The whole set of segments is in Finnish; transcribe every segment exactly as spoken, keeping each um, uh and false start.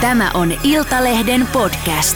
Tämä on Iltalehden podcast.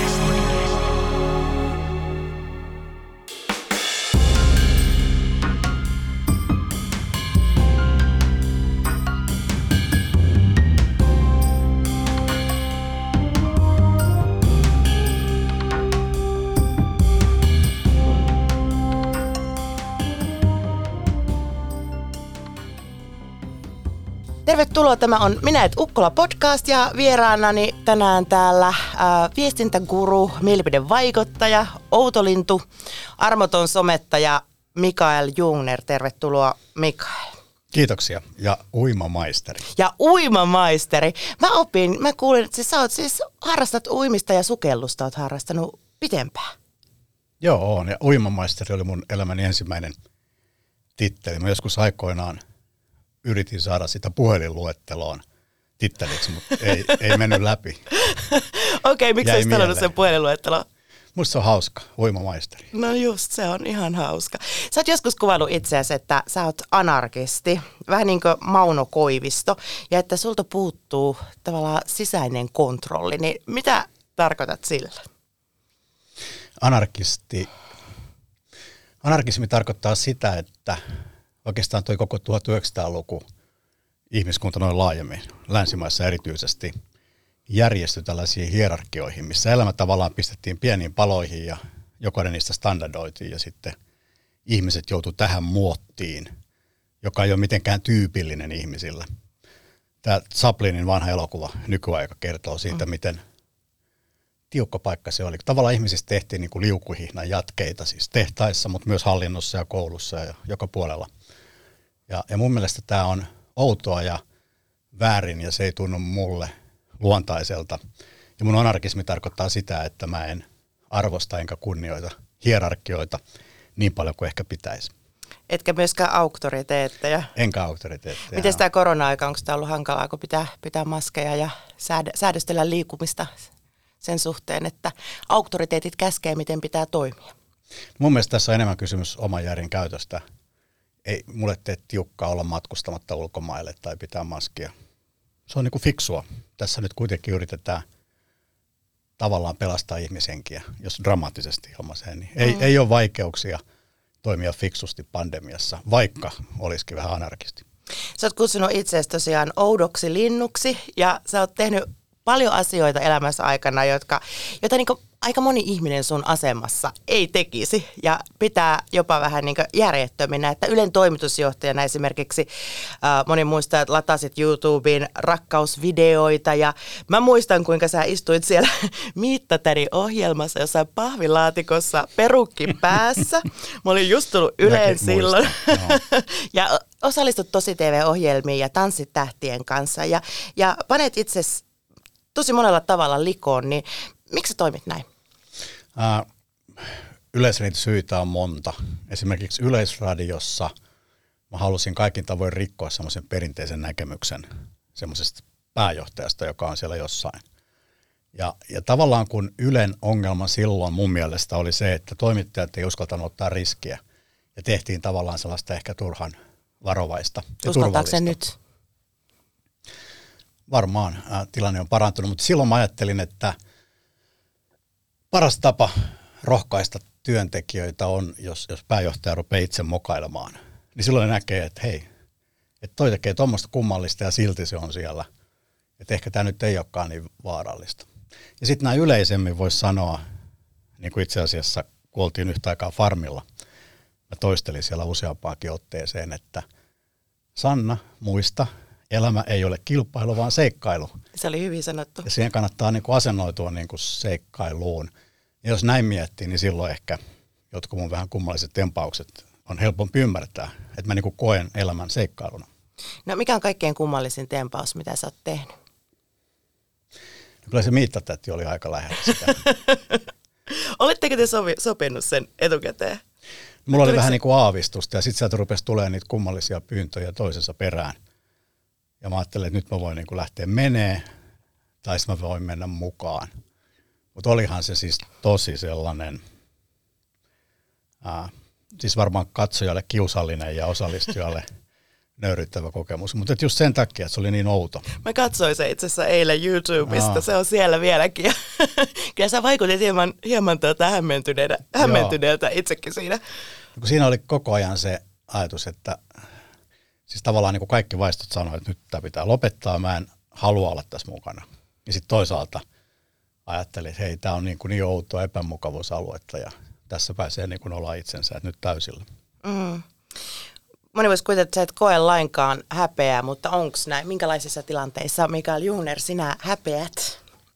Tervetuloa, tämä on Minä et Ukkola podcast ja vieraanani tänään täällä äh, viestintäguru, mielipidevaikuttaja, outolintu, armoton somettaja Mikael Jungner. Tervetuloa Mikael. Kiitoksia ja uimamaisteri. Ja uimamaisteri. Mä opin, mä kuulin, että sä oot siis harrastat uimista ja sukellusta oot harrastanut pitempään. Joo, on ja uimamaisteri oli mun elämäni ensimmäinen titteli. Mä joskus aikoinaan yritin saada sitä puhelinluetteloon titteliksi, mutta ei, ei mennyt läpi. Okei, okay, miksi olisit sanonut sen puhelinluetteloon? Musta se on hauska, uimamaisteri. No just, se on ihan hauska. Sä oot joskus kuvannut itseäsi, että sä oot anarkisti, vähän niin kuin Mauno Koivisto, ja että sulta puuttuu tavallaan sisäinen kontrolli. Niin mitä tarkoitat sillä? Anarkisti. Anarkismi tarkoittaa sitä, että oikeastaan toi koko tuhatyhdeksänsataaluku ihmiskunta noin laajemmin, länsimaissa erityisesti, järjestyi tällaisiin hierarkioihin, missä elämä tavallaan pistettiin pieniin paloihin ja jokainen niistä standardoitiin ja sitten ihmiset joutuivat tähän muottiin, joka ei ole mitenkään tyypillinen ihmisille. Tämä Chaplinin vanha elokuva Nykyaika kertoo siitä, mm. miten tiukka paikka se oli. Tavallaan ihmisistä tehtiin niin kuin liukuhihnan jatkeita siis tehtaissa, mutta myös hallinnossa ja koulussa ja joka puolella. Ja, ja mun mielestä tämä on outoa ja väärin ja se ei tunnu mulle luontaiselta. Ja mun anarkismi tarkoittaa sitä, että mä en arvosta enkä kunnioita hierarkioita niin paljon kuin ehkä pitäisi. Etkä myöskään auktoriteetteja. Enkä auktoriteetteja. Miten tämä korona-aika, onko tämä ollut hankalaa, kun pitää, pitää maskeja ja säädä, säädöstellä liikumista sen suhteen, että auktoriteetit käskee, miten pitää toimia? Mun mielestä tässä on enemmän kysymys oman järjen käytöstä. Ei mulle tee tiukkaa olla matkustamatta ulkomaille tai pitää maskia. Se on niin kuin fiksua. Tässä nyt kuitenkin yritetään tavallaan pelastaa ihmishenkiä, jos dramaattisesti ilmaisee. Niin ei, mm. ei ole vaikeuksia toimia fiksusti pandemiassa, vaikka olisikin vähän anarkisti. Sä oot kutsunut itseäsi tosiaan oudoksi linnuksi ja sä oot tehnyt paljon asioita elämässä aikana, jotka, joita niin kuin aika moni ihminen sun asemassa ei tekisi ja pitää jopa vähän niin kuin järjettöminä, että Ylen toimitusjohtajana esimerkiksi äh, moni muistaa, että latasit YouTubeen rakkausvideoita ja mä muistan, kuinka sä istuit siellä Miittatädi-ohjelmassa jossain pahvilaatikossa perukki päässä. Mä olin just tullut Yleen silloin ja osallistut tosi T V-ohjelmiin ja tanssit tähtien kanssa ja, ja panet itsesi tosi monella tavalla likoon, niin miksi sä toimit näin? Äh, yleensä niitä syitä on monta. Esimerkiksi Yleisradiossa mä halusin kaikin tavoin rikkoa semmoisen perinteisen näkemyksen semmoisesta pääjohtajasta, joka on siellä jossain. Ja, ja tavallaan kun Ylen ongelma silloin mun mielestä oli se, että toimittajat ei uskaltanut ottaa riskiä ja tehtiin tavallaan sellaista ehkä turhan varovaista ja uskaltaako nyt? Varmaan äh, tilanne on parantunut, mutta silloin mä ajattelin, että paras tapa rohkaista työntekijöitä on, jos, jos pääjohtaja rupeaa itse mokailemaan. Niin silloin ne näkee, että hei, että toi tekee tuommoista kummallista ja silti se on siellä. Että ehkä tämä nyt ei olekaan niin vaarallista. Ja sitten nämä yleisemmin voisi sanoa, niin kuin itse asiassa kun oltiin yhtä aikaa farmilla, mä toistelin siellä useampaakin otteeseen, että Sanna, muista, elämä ei ole kilpailu, vaan seikkailu. Se oli hyvin sanottu. Ja siihen kannattaa niin kuin asennoitua niin kuin seikkailuun. Ja jos näin miettii, niin silloin ehkä jotkut mun vähän kummalliset tempaukset on helpompi ymmärtää, että mä niin kuin koen elämän seikkailuna. No mikä on kaikkein kummallisin tempaus, mitä sä oot tehnyt? No, kyllä se Miittatäti oli aika lähellä sitä. Oletteko te sovi, sopinut sen etukäteen? Mulla oli vähän se niin kuin aavistusta ja sitten sieltä rupesi tulemaan niitä kummallisia pyyntöjä toisensa perään. Ja mä ajattelin, että nyt mä voin niin kuin lähteä menee, tai sitten mä voin mennä mukaan. Mutta olihan se siis tosi sellainen, ää, siis varmaan katsojalle kiusallinen ja osallistujalle nöyryttävä kokemus. Mutta just sen takia, että se oli niin outo. Mä katsoin se itse asiassa eilen YouTubesta, Aa. se on siellä vieläkin. Kyllä sä vaikutit hieman, hieman tuota hämmentyneeltä, hämmentyneeltä itsekin siinä. Kun siinä oli koko ajan se ajatus, että siis tavallaan niin kuin kaikki vaistot sanoivat, että nyt tämä pitää lopettaa, mä en halua olla tässä mukana. Ja sitten toisaalta ajattelin, että hei, tämä on niin, kuin niin outoa epämukavuusaluetta ja tässä pääsee niin kuin olla itsensä, että nyt täysillä. Mm. Moni voisi kuvitella, että sä et koe lainkaan häpeää, mutta onko näin? Minkälaisissa tilanteissa, Mikael Juhner, sinä häpeät?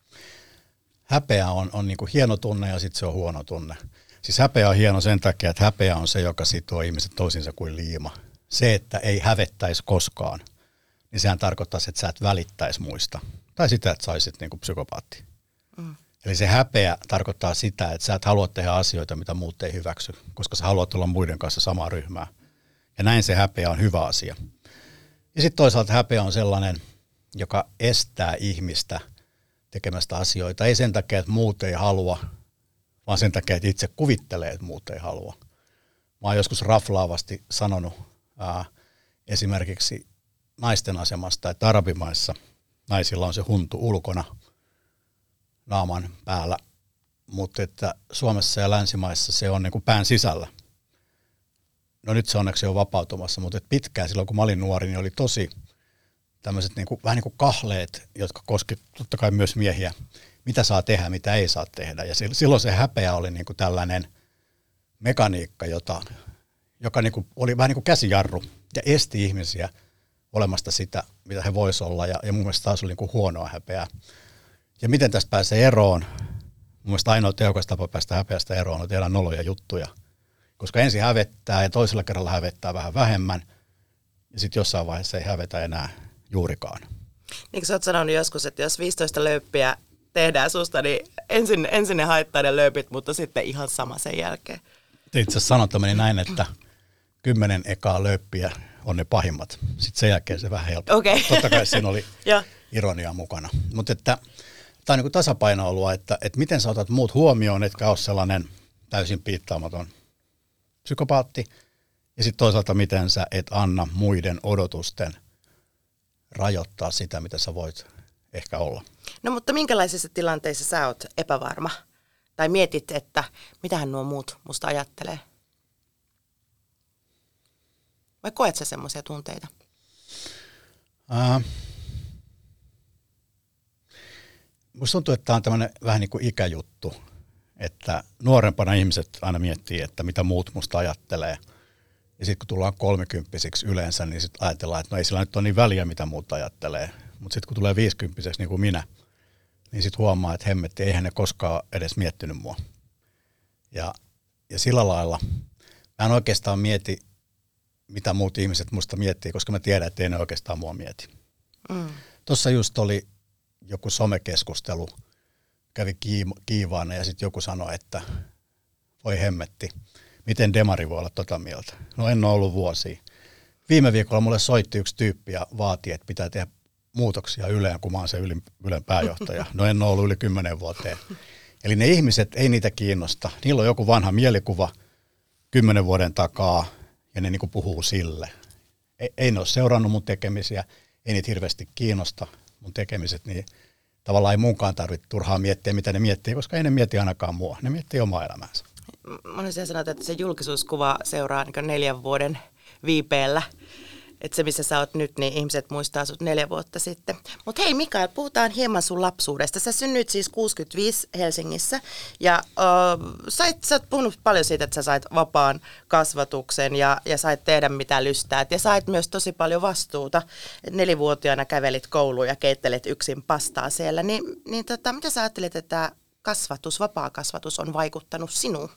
Häpeä on, on niin kuin hieno tunne ja sitten se on huono tunne. Siis häpeä on hieno sen takia, että häpeä on se, joka sitoo ihmiset toisiinsa kuin liima. Se, että ei hävettäisi koskaan, niin sehän tarkoittaisi, että sä et välittäisi muista. Tai sitä, että saisit niin kuin psykopaatti. Mm. Eli se häpeä tarkoittaa sitä, että sä et halua tehdä asioita, mitä muut ei hyväksy, koska sä haluat olla muiden kanssa samaa ryhmää. Ja näin se häpeä on hyvä asia. Ja sitten toisaalta häpeä on sellainen, joka estää ihmistä tekemästä asioita. Ei sen takia, että muut ei halua, vaan sen takia, että itse kuvittelee, että muut ei halua. Mä oon joskus raflaavasti sanonut ää, esimerkiksi naisten asemasta, että arabimaissa naisilla on se huntu ulkona naaman päällä, mutta että Suomessa ja länsimaissa se on niin kuin pään sisällä. No nyt se onneksi on vapautumassa, mutta pitkään silloin kun mä olin nuori, niin oli tosi tämmöiset niin kuin, vähän niin kuin kahleet, jotka koski totta kai myös miehiä, mitä saa tehdä, mitä ei saa tehdä. Ja silloin se häpeä oli niin kuin tällainen mekaniikka, jota, joka niin kuin oli vähän niin kuin käsijarru ja esti ihmisiä olemasta sitä, mitä he voisi olla. Ja, ja mun mielestä taas oli niin kuin huonoa häpeää. Ja miten tästä pääsee eroon? Mun mielestä ainoa tehokas tapa päästä häpeästä eroon on tehdä noloja juttuja. Koska ensin hävettää ja toisella kerralla hävettää vähän vähemmän. Ja sitten jossain vaiheessa ei hävetä enää juurikaan. Niin kuin sä oot sanonut joskus, että jos viisitoista lööppiä tehdään susta, niin ensin, ensin ne haittaa ne lööpit, mutta sitten ihan sama sen jälkeen. Itse asiassa sanonta meni näin, että kymmenen ekaa lööppiä on ne pahimmat. Sitten sen jälkeen se vähän helpottaa. Okay. Totta kai siinä oli ironia mukana. Mutta että tämä on niin kuin tasapainoilua, että, että miten sä otat muut huomioon, etkä ole sellainen täysin piittaamaton psykopaatti. Ja sitten toisaalta miten sä et anna muiden odotusten rajoittaa sitä, mitä sä voit ehkä olla. No mutta minkälaisissa tilanteissa sä oot epävarma? Tai mietit, että mitähän nuo muut musta ajattelee? Vai koet sä semmoisia tunteita? Äh, musta tuntuu, että tämä on tämmöinen vähän niin kuin ikäjuttu. Että nuorempana ihmiset aina miettii, että mitä muut musta ajattelee. Ja sitten kun tullaan kolmekymppisiksi yleensä, niin sitten ajatellaan, että no ei sillä nyt ole niin väliä, mitä muut ajattelee. Mutta sitten kun tulee viisikymppiseksi niin kuin minä, niin sitten huomaa, että hemmetti, eihän ne koskaan edes miettinyt mua. Ja, ja sillä lailla mä en oikeastaan mieti, mitä muut ihmiset musta miettii, koska mä tiedän, että ei ne oikeastaan mua mieti. Mm. Tuossa just oli joku somekeskustelu, kävi kiivaana ja sitten joku sanoi, että voi hemmetti, miten demari voi olla tota mieltä? No en ole ollut vuosia. Viime viikolla mulle soitti yksi tyyppi ja vaati, että pitää tehdä muutoksia Yleen, kun mä oon se Ylen, Ylen pääjohtaja. No en ole ollut yli kymmenen vuoteen. Eli ne ihmiset, ei niitä kiinnosta. Niillä on joku vanha mielikuva kymmenen vuoden takaa ja ne niinku puhuu sille. Ei, ei ne ole seurannut mun tekemisiä, ei niitä hirveästi kiinnosta mun tekemiset, niin tavallaan ei munkaan tarvitse turhaan miettiä, mitä ne miettii, koska ei ne mieti ainakaan mua. Ne miettii omaa elämäänsä. Monesti sanotaan, että se julkisuuskuva seuraa niin neljän vuoden viipeellä. Että se, missä sä oot nyt, niin ihmiset muistaa sut neljä vuotta sitten. Mutta hei Mikael, puhutaan hieman sun lapsuudesta. Sä synnyit siis kuusikymmentäviisi Helsingissä ja äh, sait, sä oot puhunut paljon siitä, että sä sait vapaan kasvatuksen ja, ja sait tehdä mitä lystäät. Ja sait myös tosi paljon vastuuta. Nelivuotiaana kävelit kouluun ja keittelet yksin pastaa siellä. Niin, niin tota, mitä sä ajattelit, että kasvatus, vapaa kasvatus on vaikuttanut sinuun?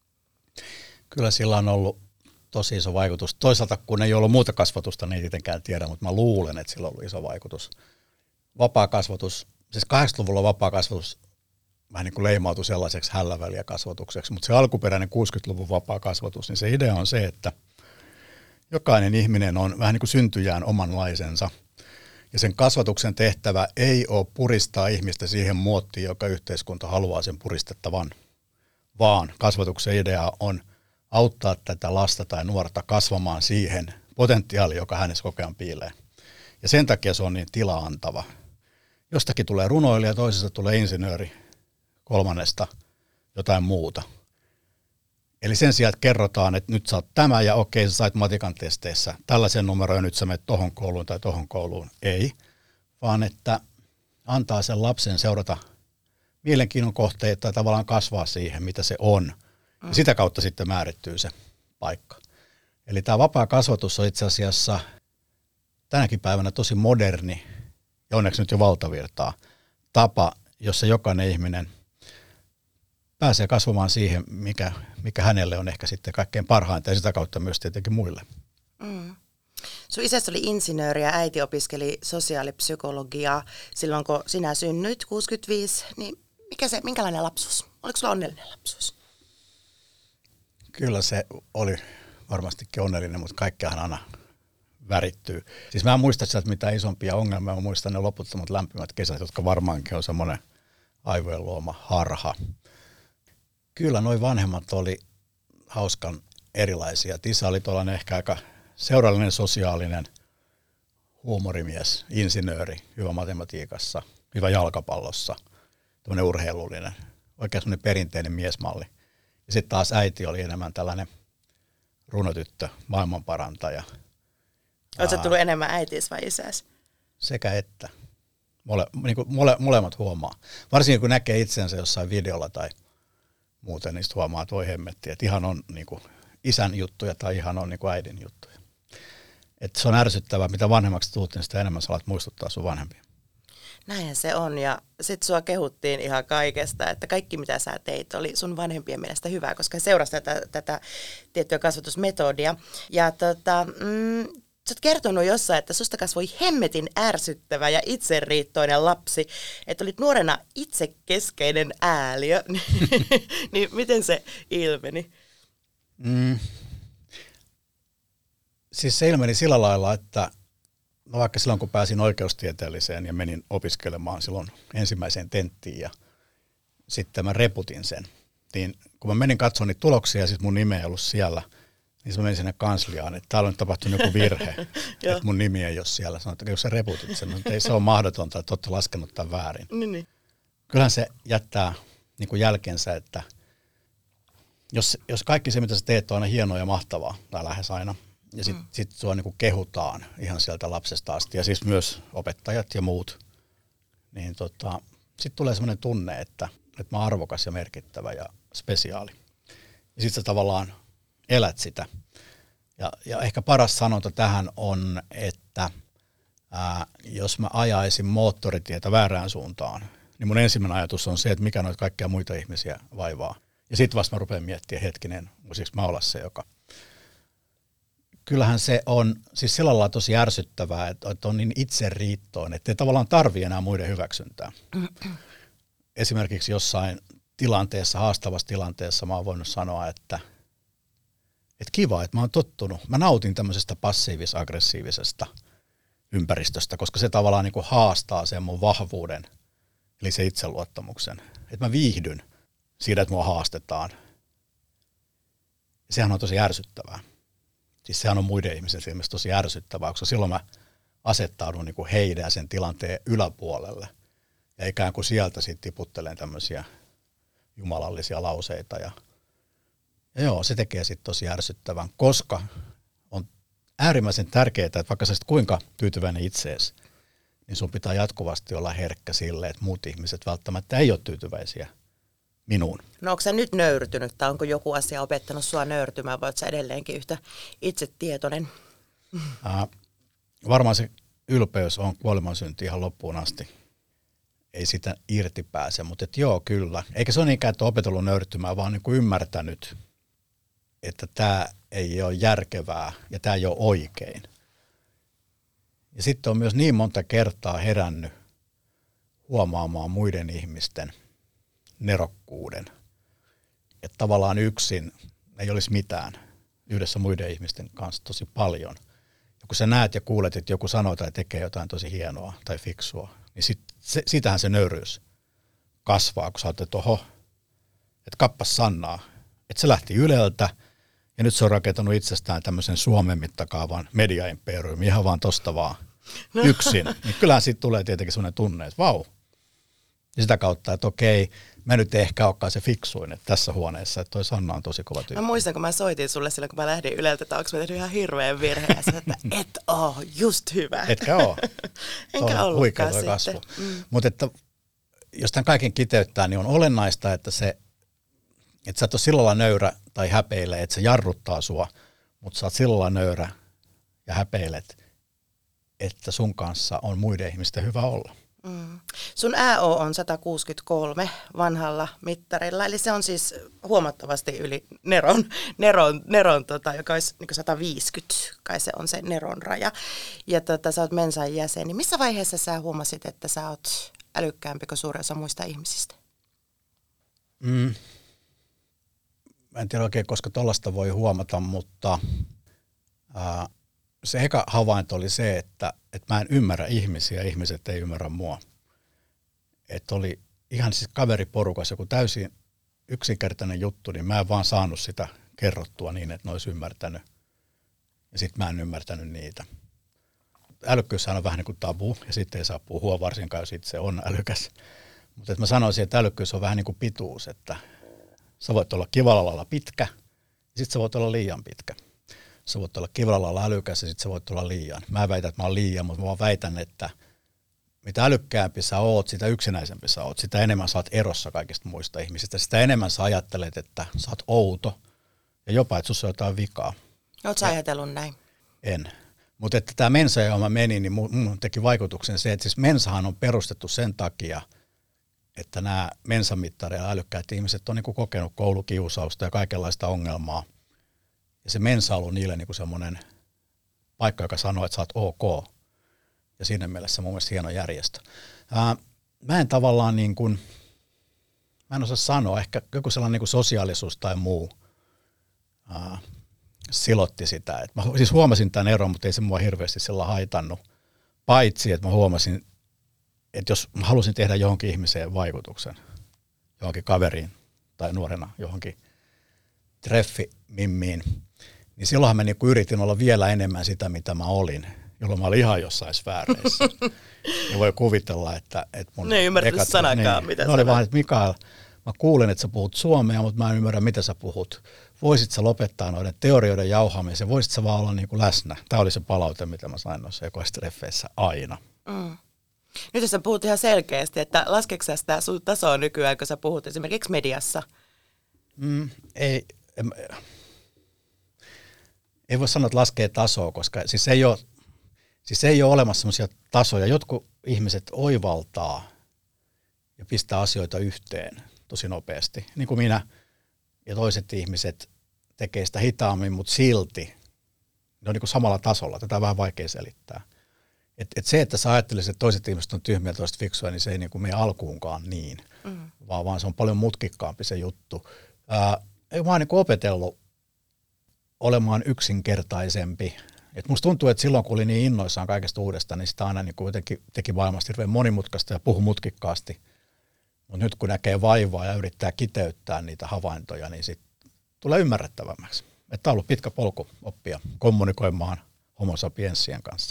Kyllä sillä on ollut tosi iso vaikutus. Toisaalta kun ei ollut muuta kasvatusta, niin ei tietenkään tiedä, mutta mä luulen, että sillä on ollut iso vaikutus. Vapaa kasvatus, siis kahdeksankymmentäluvulla vapaa kasvatus vähän niin kuin leimautui sellaiseksi hälläväliä kasvatukseksi, mutta se alkuperäinen kuusikymmentäluvun vapaa kasvatus, niin se idea on se, että jokainen ihminen on vähän niin kuin syntyjään omanlaisensa. Ja sen kasvatuksen tehtävä ei ole puristaa ihmistä siihen muottiin, joka yhteiskunta haluaa sen puristettavan, vaan kasvatuksen idea on auttaa tätä lasta tai nuorta kasvamaan siihen potentiaali, joka hänessä koko ajan piilee. Ja sen takia se on niin tila-antava. Jostakin tulee runoilija, toisesta tulee insinööri, kolmannesta jotain muuta. Eli sen sijaan, että kerrotaan, että nyt sä oot tämä ja okei, sä sait matikan testeissä tällaisen numeron ja nyt sä menet tohon kouluun tai tohon kouluun. Ei, vaan että antaa sen lapsen seurata mielenkiinnon kohteita tai tavallaan kasvaa siihen, mitä se on. Ja sitä kautta sitten määrittyy se paikka. Eli tämä vapaa kasvatus on itse asiassa tänäkin päivänä tosi moderni ja onneksi nyt jo valtavirtaa tapa, jossa jokainen ihminen pääsee kasvamaan siihen, mikä, mikä hänelle on ehkä sitten kaikkein parhainta ja sitä kautta myös tietenkin muille. Mm. Sun isäsi oli insinööri ja äiti opiskeli sosiaalipsykologiaa silloin, kun sinä synnyit kuusikymmentäviisi, niin mikä se, minkälainen lapsuus? Oliko sulla onnellinen lapsuus? Kyllä se oli varmastikin onnellinen, mutta kaikkeahan aina värittyy. Siis mä en muista sieltä mitään isompia ongelmia, mä muistan ne loputtomat lämpimät kesät, jotka varmaankin on semmoinen aivojen luoma harha. Kyllä noi vanhemmat oli hauskan erilaisia. Isä oli tuollainen ehkä aika seurallinen, sosiaalinen, huumorimies, insinööri, hyvä matematiikassa, hyvä jalkapallossa, tämmöinen urheilullinen, oikein semmoinen perinteinen miesmalli. Ja sitten taas äiti oli enemmän tällainen runotyttö, maailmanparantaja. Oletko tullut enemmän äitiis vai isäs? Sekä että. Mole, niin kuin mole, molemmat huomaa. Varsinkin kun näkee itsensä jossain videolla tai muuten, niin huomaa, että voi hemmetti, että ihan on niin kuin isän juttuja tai ihan on niin kuin äidin juttuja. Että se on ärsyttävää, mitä vanhemmaksi tuut, niin sitä enemmän sä alat muistuttaa sun vanhempia. Näinhän se on ja sit sua kehuttiin ihan kaikesta, että kaikki mitä sä teit oli sun vanhempien mielestä hyvää, koska seurasi tätä, tätä tiettyä kasvatusmetodia. Ja tota, mm, sä oot kertonut jossain, että susta kasvoi hemmetin ärsyttävä ja itseriittoinen lapsi, että olit nuorena itsekeskeinen ääliö, niin miten se ilmeni? Mm. Siis se ilmeni sillä lailla, että no vaikka silloin kun pääsin oikeustieteelliseen ja menin opiskelemaan silloin ensimmäiseen tenttiin ja sitten mä reputin sen, niin kun mä menin katsomaan niitä tuloksia ja sitten mun nimi ei ollut siellä, niin mä menin sinne kansliaan, että täällä on nyt tapahtunut joku virhe, että mun nimi ei ole siellä. Sanoin, että jos sä reputit sen, että ei se ole mahdotonta, että olette laskenut tämän väärin. Niin, niin. Kyllähän se jättää niin kuin jälkensä, että jos, jos kaikki se, mitä sä teet, on aina hienoa ja mahtavaa, tai lähes aina, ja sitten mm. sit sua niin kuin kehutaan ihan sieltä lapsesta asti, ja siis myös opettajat ja muut, niin tota, sitten tulee sellainen tunne, että, että mä oon arvokas ja merkittävä ja spesiaali. Ja sitten sä tavallaan elät sitä. Ja, ja ehkä paras sanonta tähän on, että ää, jos mä ajaisin moottoritietä väärään suuntaan, niin mun ensimmäinen ajatus on se, että mikä noita kaikkia muita ihmisiä vaivaa. Ja sitten vasta mä rupean miettimään, hetkinen, voisiko mä olla se, joka... Kyllähän se on siis sillä lailla tosi ärsyttävää, että on niin itseriittoinen, että ei tavallaan tarvitse enää muiden hyväksyntää. Esimerkiksi jossain tilanteessa, haastavassa tilanteessa mä oon voinut sanoa, että, että kiva, että mä oon tottunut. Mä nautin tämmöisestä passiivis-aggressiivisesta ympäristöstä, koska se tavallaan niin kuin haastaa sen mun vahvuuden, eli se itseluottamuksen. Että mä viihdyn siitä, että mua haastetaan. Ja sehän on tosi ärsyttävää. Siis sehän on muiden ihmisen silmissä tosi ärsyttävää, koska silloin mä asettaudun niin kuin heidän ja sen tilanteen yläpuolelle. Ja ikään kuin sieltä sitten tiputtelen tämmöisiä jumalallisia lauseita. Ja, ja joo, se tekee sitten tosi ärsyttävän, koska on äärimmäisen tärkeää, että vaikka sä sitten kuinka tyytyväinen itseesi, niin sun pitää jatkuvasti olla herkkä sille, että muut ihmiset välttämättä ei ole tyytyväisiä minuun. No onko sä nyt nöyrtynyt tai onko joku asia opettanut sua nöyrtymään vai oot sä edelleenkin yhtä itsetietoinen? Äh, varmaan se ylpeys on kuolemansynti ihan loppuun asti. Ei sitä irti pääse, mutta et joo kyllä. Eikä se ole niinkään, että on opetellut nöyrtymään, vaan niin kuin ymmärtänyt, että tämä ei ole järkevää ja tämä ei ole oikein. Ja sitten on myös niin monta kertaa herännyt huomaamaan muiden ihmisten nerokkuuden. Että tavallaan yksin ei olisi mitään yhdessä muiden ihmisten kanssa tosi paljon. Ja kun sä näet ja kuulet, että joku sanoo tai tekee jotain tosi hienoa tai fiksua, niin sit, se, siitähän se nöyryys kasvaa, kun sä oot, että oho, että kappas Sannaa. Että se lähti Yleltä Ja nyt se on rakentanut itsestään tämmöisen Suomen mittakaavan mediaimperiumin ihan vaan tosta vaan no. yksin. Niin kyllähän siitä tulee tietenkin sellainen tunne, että vau. Ja sitä kautta, että okei, mä nyt ehkä olekaan se fiksuin että tässä huoneessa, että toi Sanna on tosi kova tyyppi. Mä muistan, kun mä soitin sulle silloin, kun mä lähdin Yleltä, että onko mä tehnyt ihan hirveän virheen, että et oo, just hyvä. Etkä oo. Enkä ollutkaan sitten. Kasvu. Mm. Mutta että jos tämän kaiken kiteyttää, niin on olennaista, että se, että sä et ole sillä lailla nöyrä tai häpeile, että se jarruttaa sua, mutta sä oot sillä lailla nöyrä ja häpeilet, että sun kanssa on muiden ihmisten hyvä olla. Mm. Sun ä o on sata kuusikymmentäkolme vanhalla mittarilla, eli se on siis huomattavasti yli Neron, Neron, Neron tota, joka olisi niin sata viisikymmentä, kai se on se Neron raja. Ja tota, sä oot Mensan jäsen, niin missä vaiheessa sä huomasit, että sä oot älykkäämpi kuin suurin osa muista ihmisistä? Mm. Mä en tiedä oikein, koska tollaista voi huomata, mutta ää, se eka havainto oli se, että, että mä en ymmärrä ihmisiä, ihmiset ei ymmärrä mua. Että oli ihan siis kaveriporukassa joku täysin yksinkertainen juttu, niin mä en vaan saanut sitä kerrottua niin, että ne olisi ymmärtänyt. Ja sitten mä en ymmärtänyt niitä. Älykkyyshän on vähän niin kuin tabu, ja sitten ei saa puhua varsinkaan, jos itse on älykäs. Mutta mä sanoisin, että älykkyys on vähän niin kuin pituus, että sä voit olla kivalla lailla pitkä, ja sitten sä voit olla liian pitkä. Sä voit olla kivalla lailla älykäs, ja sitten sä voit olla liian. Mä väitän, että mä oon liian, mutta mä vaan väitän, että mitä älykkäämpi sä oot, sitä yksinäisempi sä oot, sitä enemmän sä oot erossa kaikista muista ihmisistä, sitä enemmän sä ajattelet, että sä oot outo, ja jopa, että sussa on jotain vikaa. Oot sä ajatellut näin? En. Mutta että tämä Mensa, johon mä menin, niin mun teki vaikutuksen se, että siis Mensahan on perustettu sen takia, että nämä Mensa-mittareilla älykkäät ihmiset on niinku kokenut koulukiusausta ja kaikenlaista ongelmaa. Ja se Mensa on ollut niille niinku semmoinen paikka, joka sanoo, että sä oot ok. Ja siinä mielessä mun mielestä hieno järjestö. Ää, mä en tavallaan niin kuin, mä en osaa sanoa, ehkä joku sellainen niin kuin sosiaalisuus tai muu ää, silotti sitä. Et mä siis huomasin tämän eron, mutta ei se mua hirveästi sillä haitannut. Paitsi, että mä huomasin, että jos mä halusin tehdä johonkin ihmiseen vaikutuksen, johonkin kaveriin tai nuorena johonkin treffimimmiin, niin silloinhan mä niinku yritin olla vielä enemmän sitä, mitä mä olin, jolloin mä olin ihan jossain sfääreissä. Ja voi kuvitella, että, että mun... Ne ei ymmärrä sanakaan, niin, mitä ne oli vaan, että Mikael, mä kuulen, että sä puhut suomea, mutta mä en ymmärrä, mitä sä puhut. Voisit sä lopettaa noiden teorioiden jauhaamisen, voisit sä vaan olla niinku läsnä. Tämä oli se palaute, mitä mä sain noissa ekoistreffeissä aina. Mm. Nyt jos sä puhut ihan selkeästi, että laskeeko sä sitä sun tasoa nykyään, kun sä puhut esimerkiksi mediassa? Mm, ei, en, ei voi sanoa, että laskee tasoa, koska siis ei ole, siis ei ole olemassa sellaisia tasoja. Jotkut ihmiset oivaltaa ja pistää asioita yhteen tosi nopeasti, niin kuin minä. Ja toiset ihmiset tekee sitä hitaammin, mutta silti ne on niin kuin samalla tasolla. Tätä on vähän vaikea selittää. Et, et se, että sä ajattelisit, että toiset ihmiset on tyhmiä ja toiset fiksuja, niin se ei niin kuin mene alkuunkaan niin, mm. vaan, vaan se on paljon mutkikkaampi se juttu. Ää, ei mä oon niin kuin opetellut olemaan yksinkertaisempi. Et musta tuntuu, että silloin kun oli niin innoissaan kaikesta uudesta, niin sitä aina niin kuin jotenkin teki maailmasta hirveän monimutkaista ja puhui mutkikkaasti. Mutta nyt kun näkee vaivaa ja yrittää kiteyttää niitä havaintoja, niin sit tulee ymmärrettävämmäksi. Että on ollut pitkä polku oppia kommunikoimaan homo sapiensien kanssa.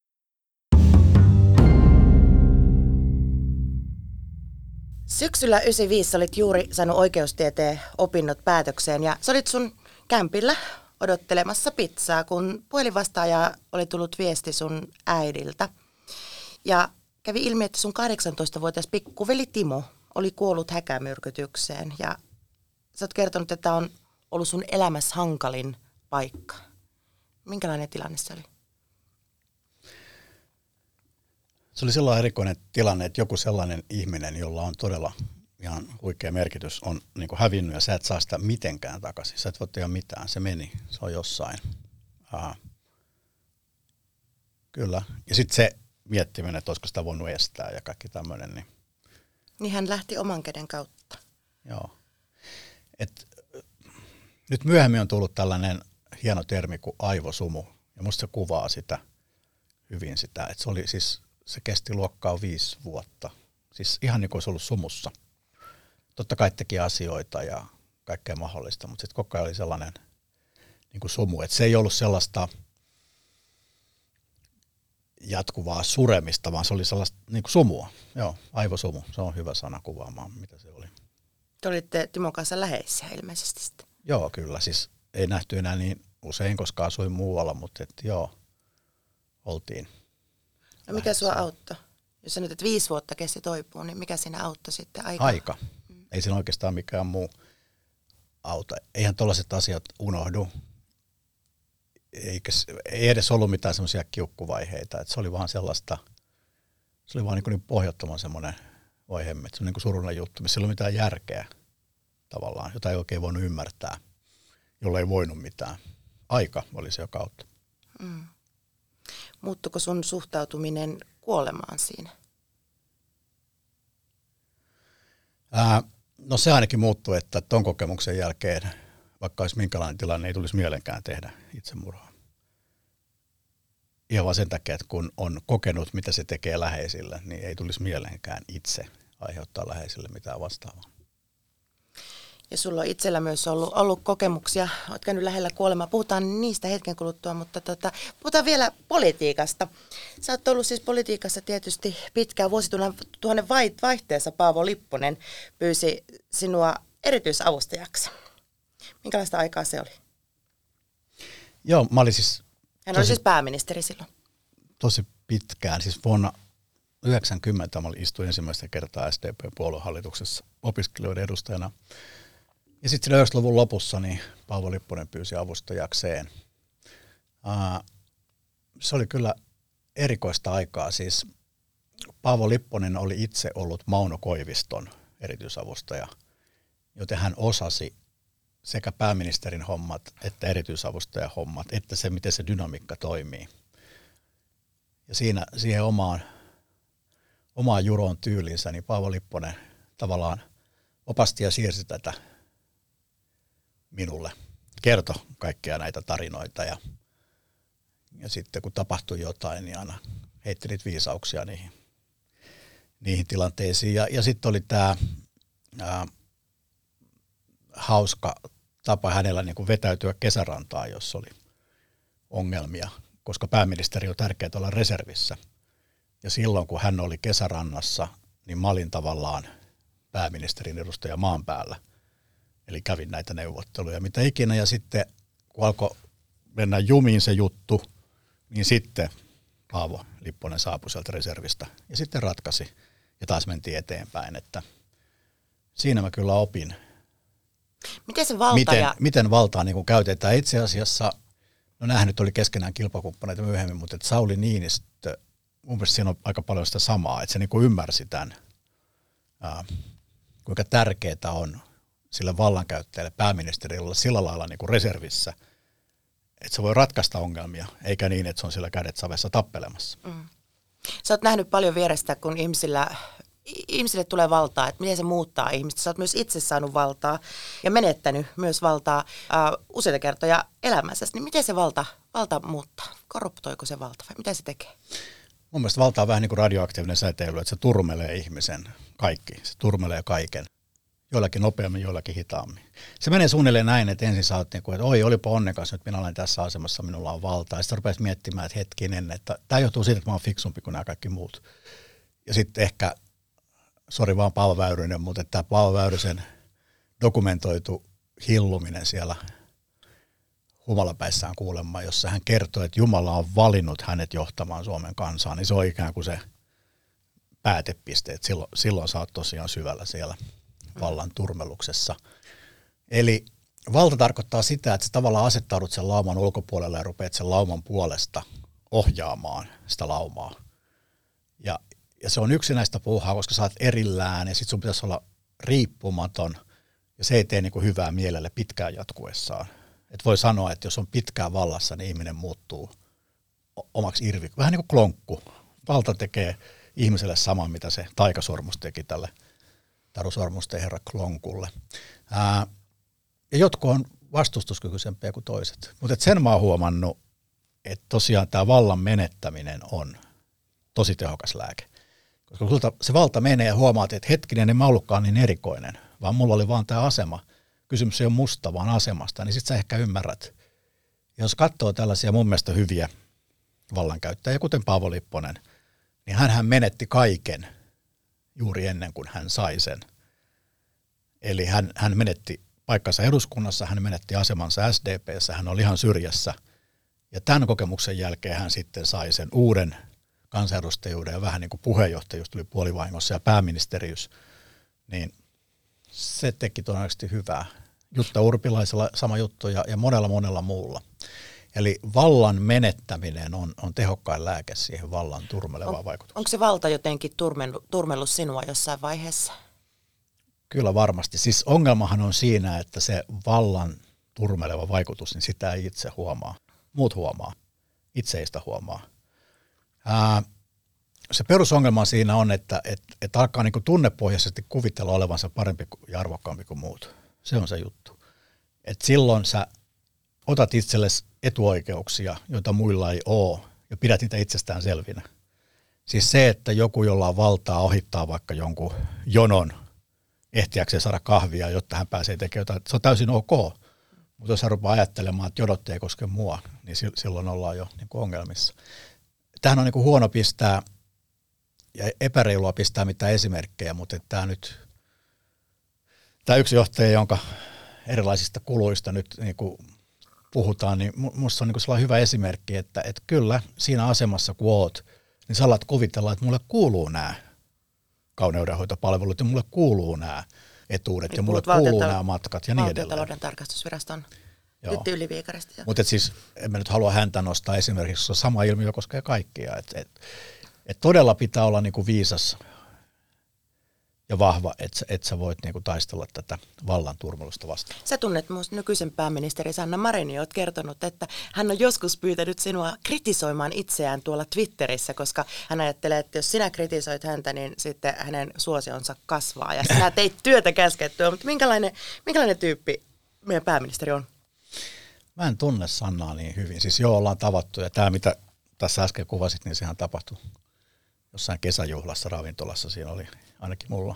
Syksyllä yhdeksänkymmentäviisi olit juuri saanut oikeustieteen opinnot päätökseen ja sä olit sun kämpillä odottelemassa pizzaa, kun puhelinvastaaja oli tullut viesti sun äidiltä. Ja kävi ilmi, että sun kahdeksantoistavuotias pikkuveli Timo oli kuollut häkämyrkytykseen ja sä oot kertonut, että tämä on ollut sun elämässä hankalin paikka. Minkälainen tilanne se oli? Se oli sellainen erikoinen tilanne, että joku sellainen ihminen, jolla on todella ihan huikea merkitys, on niin kuin hävinnyt ja sä et saa sitä mitenkään takaisin. Sä et voi tehdä mitään. Se meni. Se on jossain. Aha. Kyllä. Ja sitten se miettiminen, että olisiko sitä voinut estää ja kaikki tämmöinen. Niin, niin hän lähti oman käden kautta. Joo. Et, nyt myöhemmin on tullut tällainen hieno termi kuin aivosumu. Ja musta se kuvaa sitä hyvin sitä. Että se oli siis... Se kesti luokkaa viisi vuotta. Siis ihan niin kuin olisi ollut sumussa. Totta kai teki asioita ja kaikkea mahdollista, mutta sitten koko ajan oli sellainen niin kuin sumu. Et se ei ollut sellaista jatkuvaa suremista, vaan se oli sellaista niin kuin sumua. Joo, aivosumu. Se on hyvä sana kuvaamaan, mitä se oli. Te olitte Timon kanssa läheisiä ilmeisesti sitten. Joo, kyllä. Siis ei nähty enää niin usein, koska asuin muualla, mutta et, joo, oltiin. No mikä sua auttoi? Jos sä nyt et viisi vuotta kesti toipua, niin mikä siinä auttoi sitten? Aika. Aika. Mm. Ei siinä oikeastaan mikään muu auta. Eihän tollaiset asiat unohdu. Eikä, ei edes ollut mitään semmoisia kiukkuvaiheita. Et se oli vaan sellaista, se oli vaan niin, niin pohjattoman semmoinen vaihe, että se on niin kuin surullinen juttu, missä ei ollut mitään järkeä tavallaan, jota ei oikein voinut ymmärtää, jolla ei voinut mitään. Aika oli se, joka auttoi. Mm. Muuttuiko sun suhtautuminen kuolemaan siinä? Ää, no se ainakin muuttui, että ton kokemuksen jälkeen, vaikka olisi minkälainen tilanne, ei tulisi mielenkään tehdä itsemurhaa. Ihan vaan sen takia, että kun on kokenut, mitä se tekee läheisille, niin ei tulisi mielenkään itse aiheuttaa läheisille mitään vastaavaa. Ja sulla on itsellä myös ollut, ollut kokemuksia, olet käynyt lähellä kuolemaa. Puhutaan niistä hetken kuluttua, mutta tota, puhutaan vielä politiikasta. Sä oot ollut siis politiikassa tietysti pitkään. Vuosituhannen vaihteessa Paavo Lipponen pyysi sinua erityisavustajaksi. Minkälaista aikaa se oli? Joo, mä olin siis... Hän tosi, oli siis pääministeri silloin. Tosi pitkään, siis vuonna yhdeksänkymmentä mä istuin ensimmäistä kertaa S D P-puoluehallituksessa opiskelijoiden edustajana. Ja sitten yhdeksänkymmentäluvun lopussa niin Paavo Lipponen pyysi avustajakseen. Uh, se oli kyllä erikoista aikaa. Siis Paavo Lipponen oli itse ollut Mauno Koiviston erityisavustaja, joten hän osasi sekä pääministerin hommat että erityisavustajan hommat, että se, miten se dynamiikka toimii. Ja siinä siihen omaan, omaan juroon tyyliinsä, niin Paavo Lipponen tavallaan opasti ja siirsi tätä minulle. Kertoi kaikkia näitä tarinoita ja, ja sitten kun tapahtui jotain, niin aina heitti niitä viisauksia niihin, niihin tilanteisiin. Ja, ja sitten oli tämä ää, hauska tapa hänellä niin kuin vetäytyä kesärantaan, jos oli ongelmia, koska pääministeri on tärkeää olla reservissä. Ja silloin, kun hän oli kesärannassa, niin mä olin tavallaan pääministerin edustaja maan päällä. Eli kävin näitä neuvotteluja, mitä ikinä. Ja sitten, kun alkoi mennä jumiin se juttu, niin sitten Paavo Lipponen saapui sieltä reservistä. Ja sitten ratkaisi. Ja taas mentiin eteenpäin. Että siinä mä kyllä opin. Miten se valta miten, ja... miten valtaa niin kuin käytetään. Itse asiassa, no nämähän nyt oli keskenään kilpakumppaneita myöhemmin, mutta että Sauli Niinistö, mun mielestä siinä on aika paljon sitä samaa, että se niin kuin ymmärsi tämän, ää, kuinka tärkeää on sille vallankäyttäjälle, pääministerille olla sillä lailla niin kuin reservissä, että se voi ratkaista ongelmia, eikä niin, että se on sillä kädet savessa tappelemassa. Mm. Sä oot nähnyt paljon vierestä, kun ihmisillä, ihmisille tulee valtaa, että miten se muuttaa ihmistä. Sä oot myös itse saanut valtaa ja menettänyt myös valtaa äh, useita kertoja elämässäsi. Niin miten se valta, valta muuttaa? Korruptoiko se valta vai mitä se tekee? Mun mielestä valta on vähän niin kuin radioaktiivinen säteily, että se turmelee ihmisen kaikki. Se turmelee kaiken. Joillakin nopeammin, joillakin hitaammin. Se menee suunnilleen näin, että ensin sä oot niin kuin, että oi, olipa onnekas, nyt minä olen tässä asemassa, minulla on valtaa. Ja sitten rupeat miettimään, että hetkinen, että tämä johtuu siitä, että mä oon fiksumpi kuin nämä kaikki muut. Ja sitten ehkä, sori vaan Paavo Väyrynen, mutta tämä Paavo Väyrysen dokumentoitu hilluminen siellä humalapäissään kuulemma, jossa hän kertoo, että Jumala on valinnut hänet johtamaan Suomen kansaa, niin se on ikään kuin se päätepiste, että silloin, silloin sä oot tosiaan syvällä siellä vallan turmeluksessa. Eli valta tarkoittaa sitä, että sä tavallaan asettaudut sen lauman ulkopuolelle ja rupeat sen lauman puolesta ohjaamaan sitä laumaa. Ja, ja se on yksinäistä puuhaa, koska sä oot erillään ja sit sun pitäisi olla riippumaton ja se ei tee niin kuin hyvää mielelle pitkään jatkuessaan. Et voi sanoa, että jos on pitkään vallassa, niin ihminen muuttuu omaksi irvi. Vähän niin kuin klonkku. Valta tekee ihmiselle saman, mitä se taikasormus teki tälle Taru Sormusten herra Klonkulle. Ää, ja jotkut on vastustuskykyisempiä kuin toiset. Mutta sen mä oon huomannut, että tosiaan tämä vallan menettäminen on tosi tehokas lääke. Koska kun sulta se valta menee ja huomaat, että hetkinen, en mä ollutkaan niin erikoinen, vaan mulla oli vaan tämä asema. Kysymys ei ole musta, vaan asemasta. Niin sit sä ehkä ymmärrät, Jos katsoo tällaisia mun mielestä hyviä vallankäyttäjiä, kuten Paavo Lipponen, niin hänhän menetti kaiken juuri ennen kuin hän sai sen. Eli hän, hän menetti paikkansa eduskunnassa, hän menetti asemansa S D P:ssä, hän oli ihan syrjässä. Ja tämän kokemuksen jälkeen hän sitten sai sen uuden kansanedustajuuden ja vähän niin kuin puheenjohtajuus tuli puolivahingossa ja pääministeriys. Niin se teki todennäköisesti hyvää. Jutta Urpilaisella sama juttu ja, ja monella monella muulla. Eli vallan menettäminen on, on tehokkain lääke siihen vallan turmelevaan vaikutukseen. Onko se valta jotenkin turmellut, turmellut sinua jossain vaiheessa? Kyllä varmasti. Siis ongelmahan on siinä, että se vallan turmeleva vaikutus, niin sitä ei itse huomaa. Muut huomaa. Itse ei sitä huomaa. Ää, se perusongelma siinä on, että et, et alkaa niinku tunnepohjaisesti kuvitella olevansa parempi ja arvokkaampi kuin muut. Se on se juttu. Et silloin sä otat itsellesi etuoikeuksia, joita muilla ei ole, ja pidät niitä itsestään selvinä. Siis se, että joku, jolla on valtaa, ohittaa vaikka jonkun jonon ehtiäkseen saada kahvia, jotta hän pääsee tekemään jotain, se on täysin ok. Mutta jos hän rupeaa ajattelemaan, että jonot ei koske mua, niin silloin ollaan jo niin kuin ongelmissa. Tämähän on niin kuin huono pistää ja epäreilua pistää mitään esimerkkejä, mutta tämä nyt, tämä yksi johtaja, jonka erilaisista kuluista nyt niin kuin puhutaan, niin minusta on niin kuin sellainen hyvä esimerkki, että, että kyllä siinä asemassa kun oot, niin sä alat kuvitella, että mulle kuuluu nämä kauneudenhoitopalvelut ja mulle kuuluu nämä etuudet ja mulle kuuluu nämä matkat ja niin edelleen. Valtiontalouden tarkastusviraston Tytti Yli-Viikarista. Mutta siis en mä nyt halua häntä nostaa esimerkiksi, koska sama ilmiö koskee kaikkia. Et, et, et todella pitää olla niinku viisas ja vahva, että et sä voit niinku taistella tätä vallan turmelusta vastaan. Sä tunnet myös nykyisen pääministeri Sanna Marinin, olet kertonut, että hän on joskus pyytänyt sinua kritisoimaan itseään tuolla Twitterissä, koska hän ajattelee, että jos sinä kritisoit häntä, niin sitten hänen suosionsa kasvaa ja sinä teit työtä käskettyä. Mutta minkälainen, minkälainen tyyppi meidän pääministeri on? Mä en tunne Sannaa niin hyvin. Siis joo, ollaan tavattu ja tämä mitä tässä äsken kuvasit, niin sehän tapahtui jossain kesäjuhlassa ravintolassa. Siinä oli ainakin mulla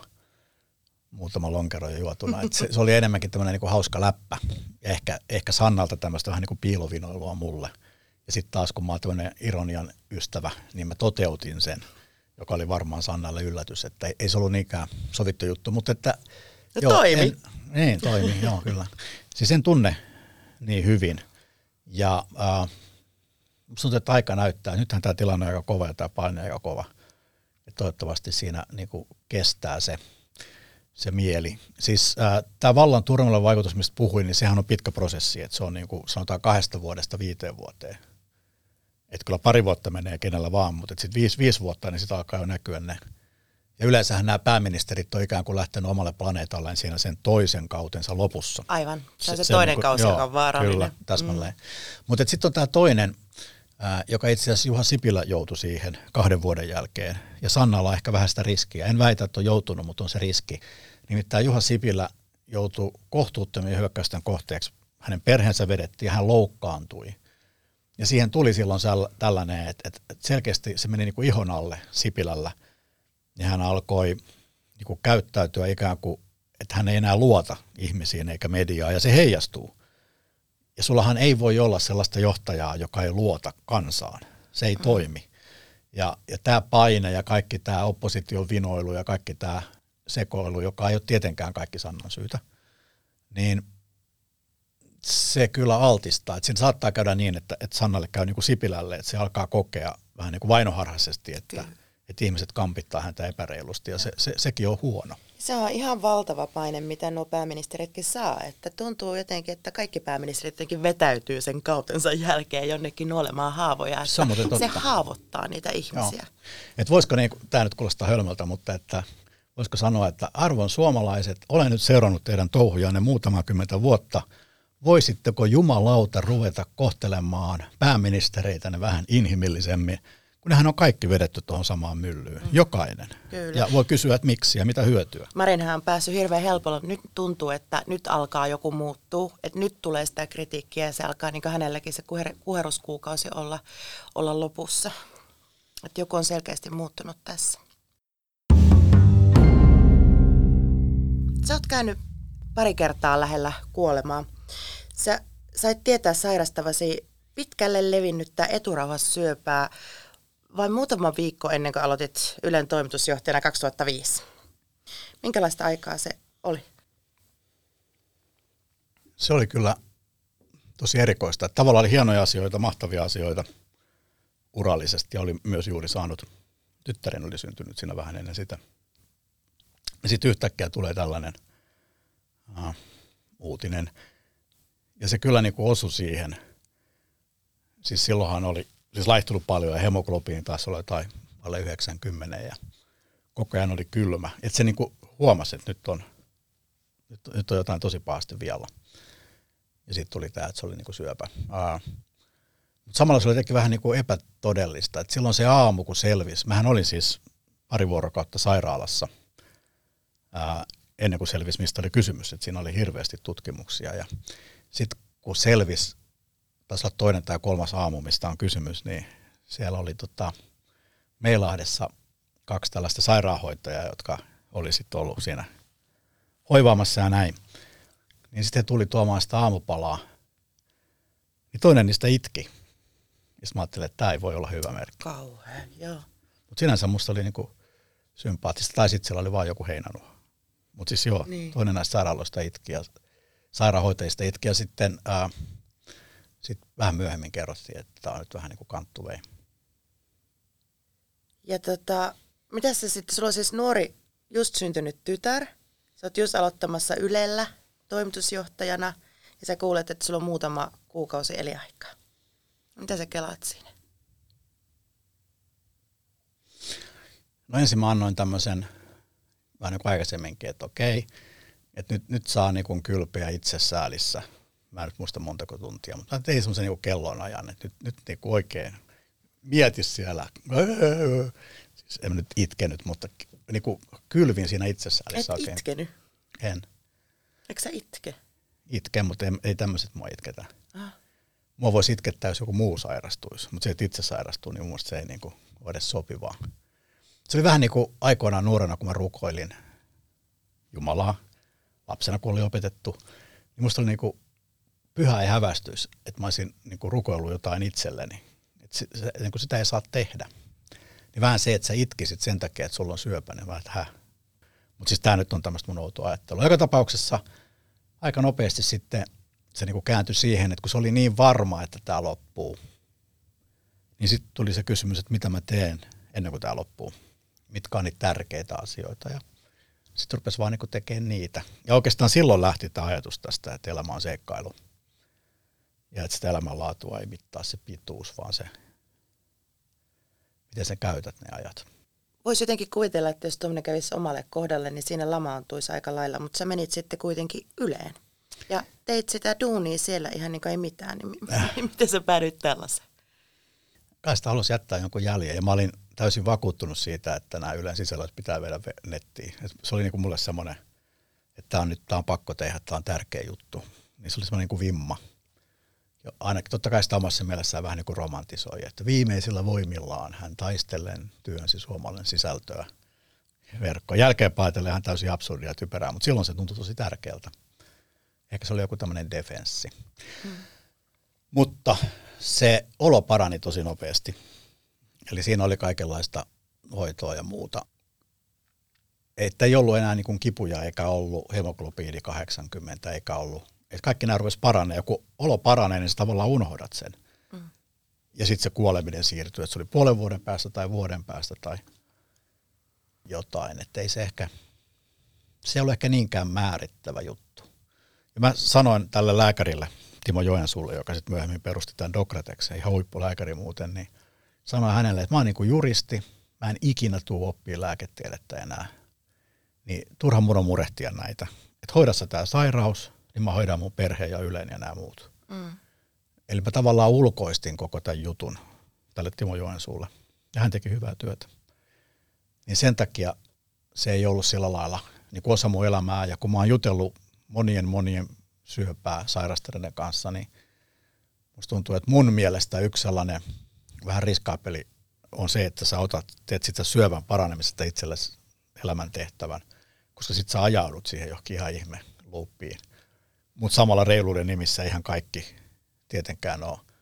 muutama lonkero jo juotuna. Et se, se oli enemmänkin tämmöinen niinku hauska läppä. Ja ehkä, ehkä Sannalta tämmöistä vähän niin kuin piilovinoilua mulle. Ja sitten taas kun mä oon tämmöinen ironian ystävä, niin mä toteutin sen, joka oli varmaan Sannalle yllätys. Että ei, ei se ollut niinkään sovittu juttu, mutta että... No joo, toimi. En, niin, toimi, joo kyllä. Siis en tunne niin hyvin. Ja äh, musta tuntuu, että aika näyttää. Nythän tämä tilanne on aika kova ja tämä paine on aika kova. Ja toivottavasti siinä niin kuin kestää se, se mieli. Siis äh, tämä vallan turmeleva vaikutus, mistä puhuin, niin sehän on pitkä prosessi. Että se on niin kuin sanotaan kahdesta vuodesta viiteen vuoteen. Että kyllä pari vuotta menee kenellä vaan, mutta sitten viisi, viisi vuotta, niin sitä alkaa jo näkyä ne. Ja yleensähän nämä pääministerit on ikään kuin lähtenyt omalle planeetalleen siinä sen toisen kautensa lopussa. Aivan, se on se, se toinen on, kausi, joka on vaarallinen. Kyllä, täsmälleen. Mm. Mutta sitten on tämä toinen, ää, joka itse asiassa Juha Sipilä joutui siihen kahden vuoden jälkeen. Ja Sannalla on ehkä vähän sitä riskiä. En väitä, että on joutunut, mutta on se riski. Nimittäin Juha Sipilä joutui kohtuuttomien hyökkäysten kohteeksi. Hänen perheensä vedettiin ja hän loukkaantui. Ja siihen tuli silloin tällainen, että, että selkeästi se meni niin kuin ihon alle Sipilällä. Ja hän alkoi niin kuin käyttäytyä ikään kuin, että hän ei enää luota ihmisiin eikä mediaa, ja se heijastuu. Ja sullahan ei voi olla sellaista johtajaa, joka ei luota kansaan. Se ei mm. toimi. Ja, ja tämä paine ja kaikki tämä opposition vinoilu ja kaikki tämä sekoilu, joka ei ole tietenkään kaikki Sannan syytä, niin se kyllä altistaa. Että siinä saattaa käydä niin, että, että Sannalle käy niin kuin Sipilälle, että se alkaa kokea vähän niin kuin vainoharhaisesti, että että ihmiset kampittaa häntä epäreilusti, ja se, se, sekin on huono. Se on ihan valtava paine, mitä nuo pääministeritkin saa, että tuntuu jotenkin, että kaikki pääministerit jotenkin vetäytyy sen kautensa jälkeen jonnekin nuolemaan haavoja, että se, se haavoittaa niitä ihmisiä. Että voisiko, niin, tämä nyt kuulostaa hölmöltä, mutta että voisiko sanoa, että arvon suomalaiset, olen nyt seurannut teidän touhujanne muutama kymmentä vuotta, voisitteko jumalauta ruveta kohtelemaan pääministereitänne vähän inhimillisemmin, kun nehän on kaikki vedetty tuohon samaan myllyyn, mm. jokainen. Kyllä. Ja voi kysyä, että miksi ja mitä hyötyä. Marinhan on päässyt hirveän helpolla. Nyt tuntuu, että nyt alkaa joku muuttua, että nyt tulee sitä kritiikkiä ja se alkaa niin kuin hänelläkin se kuher- kuheruskuukausi olla, olla lopussa. Että joku on selkeästi muuttunut tässä. Sä oot käynyt pari kertaa lähellä kuolemaa. Sä sait tietää sairastavasi pitkälle levinnyttä eturauhassyöpää vain muutama viikko ennen kuin aloitit Ylen toimitusjohtajana kaksituhattaviisi. Minkälaista aikaa se oli? Se oli kyllä tosi erikoista. Tavallaan oli hienoja asioita, mahtavia asioita urallisesti ja oli myös juuri saanut, tyttären oli syntynyt siinä vähän ennen sitä. Ja sitten yhtäkkiä tulee tällainen uh, uutinen. Ja se kyllä niin kuin osui siihen. Siis silloinhan oli siis laihtunut paljon ja hemoglobiini taas oli jotain alle yhdeksänkymmentä ja koko ajan oli kylmä. Että se niin kuin huomasi, että nyt on, nyt, nyt on jotain tosi pahasti vialla. Ja sitten tuli tämä, että se oli niin kuin syöpä. Uh, Mutta samalla se oli jotenkin vähän niin kuin epätodellista. Et silloin se aamu, kun selvisi, mähän olin siis pari vuorokautta sairaalassa ää, ennen kuin selvisi, mistä oli kysymys. Et siinä oli hirveästi tutkimuksia. Ja sitten kun selvisi, taisi olla toinen tai kolmas aamu, mistä on kysymys, niin siellä oli tota, Meilahdessa kaksi tällaista sairaanhoitajaa, jotka oli sitten ollut siinä hoivaamassa ja näin. Niin sitten tuli tuomaan sitä aamupalaa. Niin toinen niistä itki. Ja mä ajattelin, että tämä ei voi olla hyvä merkki. Kauhean, joo. Mutta sinänsä musta oli niinku sympaattista. Tai sitten siellä oli vaan joku heinänuo. Mutta siis joo, niin. Toinen näistä sairaaloista itki ja sairaanhoitajista itki. Ja sitten ää, sit vähän myöhemmin kerrottiin, että tämä on nyt vähän niin kuin kanttuvei. Ja tota, mitä se sitten, sulla on siis nuori, just syntynyt tytär. Sä oot just aloittamassa Ylellä toimitusjohtajana. Ja sä kuulet, että sulla on muutama kuukausi eliaikaa. Mitä sä kelaat siinä? No ensin mä annoin tämmöisen, vähän niin kuin aikaisemminkin, että okei, että nyt, nyt saa niin kuin kylpeä itse säälissä. Mä en nyt muista montako tuntia, mutta mä tein semmoisen niin kellon ajan, että nyt, nyt niin kuin oikein mieti siellä. Siis en mä nyt itkenyt, mutta niin kuin kylvin siinä itse säälissä. Et oikein. itkenyt? En. Eikö sä itke? Itken, mutta ei, ei tämmöiset mua itketä. Ah. Mua voisi itkettää, jos joku muu sairastuisi, mutta se, että itse sairastuu, niin mun mielestä se ei niin kuin ole edes sopivaa. Se oli vähän niin kuin aikoinaan nuorena, kun mä rukoilin Jumalaa, lapsena kun oli opetettu, niin musta oli niin kuin pyhä ei hävästys, että mä olisin niin kuin rukoillut jotain itselleni. Että se, se, niin kuin sitä ei saa tehdä. Niin vähän se, että sä itkisit sen takia, että sulla on syöpä, niin vähän, että häh. Mutta siis tää nyt on tämmöistä mun outoa ajattelua. Joka tapauksessa aika nopeasti sitten se niin kuin kääntyi siihen, että kun se oli niin varma, että tämä loppuu, niin sitten tuli se kysymys, että mitä mä teen ennen kuin tämä loppuu. Mitkä on niitä tärkeitä asioita. Ja sitten rupesi vaan niin tekemään niitä. Ja oikeastaan silloin lähti tämä ajatus tästä, että elämä on seikkailu. Ja että sitä elämänlaatua ei mittaa se pituus, vaan se, miten sä käytät ne ajat. Voisi jotenkin kuvitella, että jos tuommoinen kävisi omalle kohdalle, niin siinä lamaantuisi aika lailla, mutta sä menit sitten kuitenkin Yleen. Ja teit sitä duunia siellä ihan niin kuin ei mitään, niin äh. miten sä päädyit tällaiseen? Kai sitä halusi jättää jonkun jäljen ja mä olin täysin vakuuttunut siitä, että nämä Ylen sisällöt pitää viedä nettiin. Se oli niin kuin mulle semmoinen, että tämä on nyt tää on pakko tehdä, tämä on tärkeä juttu. Niin se oli semmoinen niin kuin vimma. Ja ainakin totta kai sitä omassa mielessään vähän niin kuin romantisoi, että viimeisillä voimillaan hän taistellen työnsi suomalainen sisältöä verkkoon. Jälkeenpäin ajatellen hän täysin absurdia ja typerää, mutta silloin se tuntui tosi tärkeältä. Ehkä se oli joku tämmöinen defenssi. Hmm. Mutta se olo parani tosi nopeasti. Eli siinä oli kaikenlaista hoitoa ja muuta. Että ei ollut enää niin kuin kipuja, eikä ollut hemoglobiini kahdeksankymmentä, eikä ollut. Että kaikki nämä rupesi paranee. Ja kun olo paranee, niin sä tavallaan unohdat sen. Hmm. Ja sitten se kuoleminen siirtyy, että se oli puolen vuoden päästä tai vuoden päästä tai jotain. Että ei se ehkä, se ei ole ehkä niinkään määrittävä juttu. Ja mä sanoin tälle lääkärille, Timo Joensuulle, joka sitten myöhemmin perusti tämän Docratexin, ihan huippulääkäri muuten, niin sanoin hänelle, että mä oon niin kuin juristi, mä en ikinä tuu oppia lääketiedettä enää. Niin turha mun on murehtia näitä. Että hoida sä tää sairaus, niin mä hoidan mun perheen ja Ylen ja nämä muut. Mm. Eli mä tavallaan ulkoistin koko tämän jutun tälle Timo Joensuulle. Ja hän teki hyvää työtä. Niin sen takia se ei ollut sillä lailla niin kuin osa mun elämää. Ja kun mä oon jutellut monien monien syöpää sairastaneiden kanssa, niin musta tuntuu, että mun mielestä yksi sellainen vähän riskaapeli on se, että sä otat, teet sitä syövän paranemisesta itsellesi elämäntehtävän, koska sit sä ajaudut siihen johonkin ihan ihme luuppiin. Mutta samalla reiluuden nimissä ihan kaikki tietenkään ole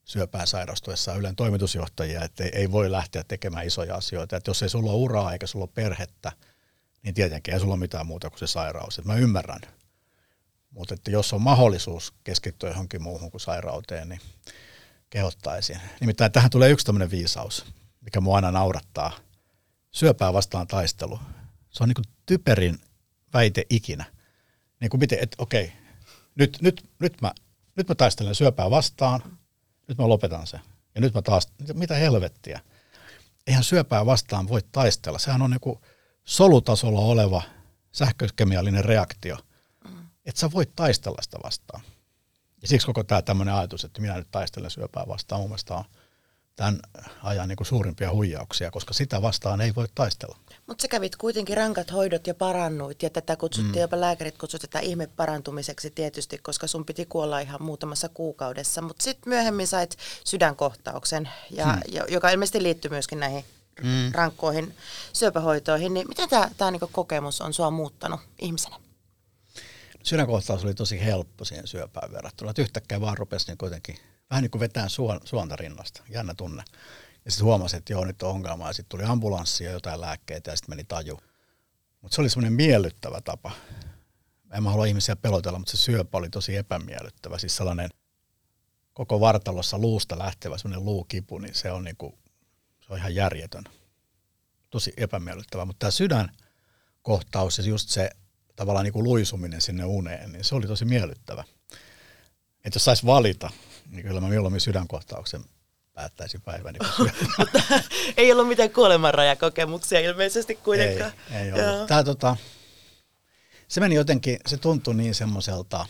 syöpään sairastuessaan Ylen toimitusjohtajia, että ei, ei voi lähteä tekemään isoja asioita. Että jos ei sulla ole uraa eikä sulla ole perhettä, niin tietenkin ei sulla ole mitään muuta kuin se sairaus. Että mä ymmärrän. Mutta että jos on mahdollisuus keskittyä johonkin muuhun kuin sairauteen, niin kehottaisin. Nimittäin tähän tulee yksi tämmöinen viisaus, mikä mua aina naurattaa. Syöpää vastaan taistelu. Se on niin kuin typerin väite ikinä. Niin kuin miten, että okei, nyt, nyt, nyt, mä, nyt mä taistelen syöpää vastaan, nyt mä lopetan sen. Ja nyt mä taas, mitä helvettiä. Eihän syöpää vastaan voi taistella. Sehän on niin kuin solutasolla oleva sähkökemiallinen reaktio. Että sä voit taistella sitä vastaan. Ja siksi koko tämä tämmöinen ajatus, että minä nyt taistelen syöpää vastaan, mun mielestä on tämän ajan niin kuin suurimpia huijauksia, koska sitä vastaan ei voi taistella. Mutta sä kävit kuitenkin rankat hoidot ja parannuit, ja tätä kutsuttiin, mm. jopa lääkärit kutsuivat tätä ihmeparantumiseksi tietysti, koska sun piti kuolla ihan muutamassa kuukaudessa. Mutta sitten myöhemmin sait sydänkohtauksen, ja, mm. joka ilmeisesti liittyy myöskin näihin mm. rankkoihin syöpähoitoihin. Niin miten tämä niinku kokemus on sua muuttanut ihmisenä? Sydänkohtaus oli tosi helppo siihen syöpään verrattuna. Että yhtäkkiä vaan rupesi niin kuitenkin vähän niin kuin vetään suon, suonta rinnasta. Jännä tunne. Ja sitten huomasi, että joo, nyt on ongelma. Ja sitten tuli ambulanssi ja jotain lääkkeitä ja sitten meni taju. Mutta se oli semmoinen miellyttävä tapa. En mä halua ihmisiä pelotella, mutta se syöpä oli tosi epämiellyttävä. Siis sellainen koko vartalossa luusta lähtevä semmoinen luukipu, niin se on, niin kuin, se on ihan järjetön. Tosi epämiellyttävä. Mutta tämä sydänkohtaus ja just se tavallaan niin kuin luisuminen sinne uneen, niin se oli tosi miellyttävä. Että jos saisi valita, niin kyllä mä mieluummin sydänkohtauksen päättäisin päiväni. Mutta ei ollut mitään kuolemanrajakokemuksia ilmeisesti kuitenkaan. Ei, ei ollut. Tää, tota, se meni jotenkin, se tuntui niin semmoiselta,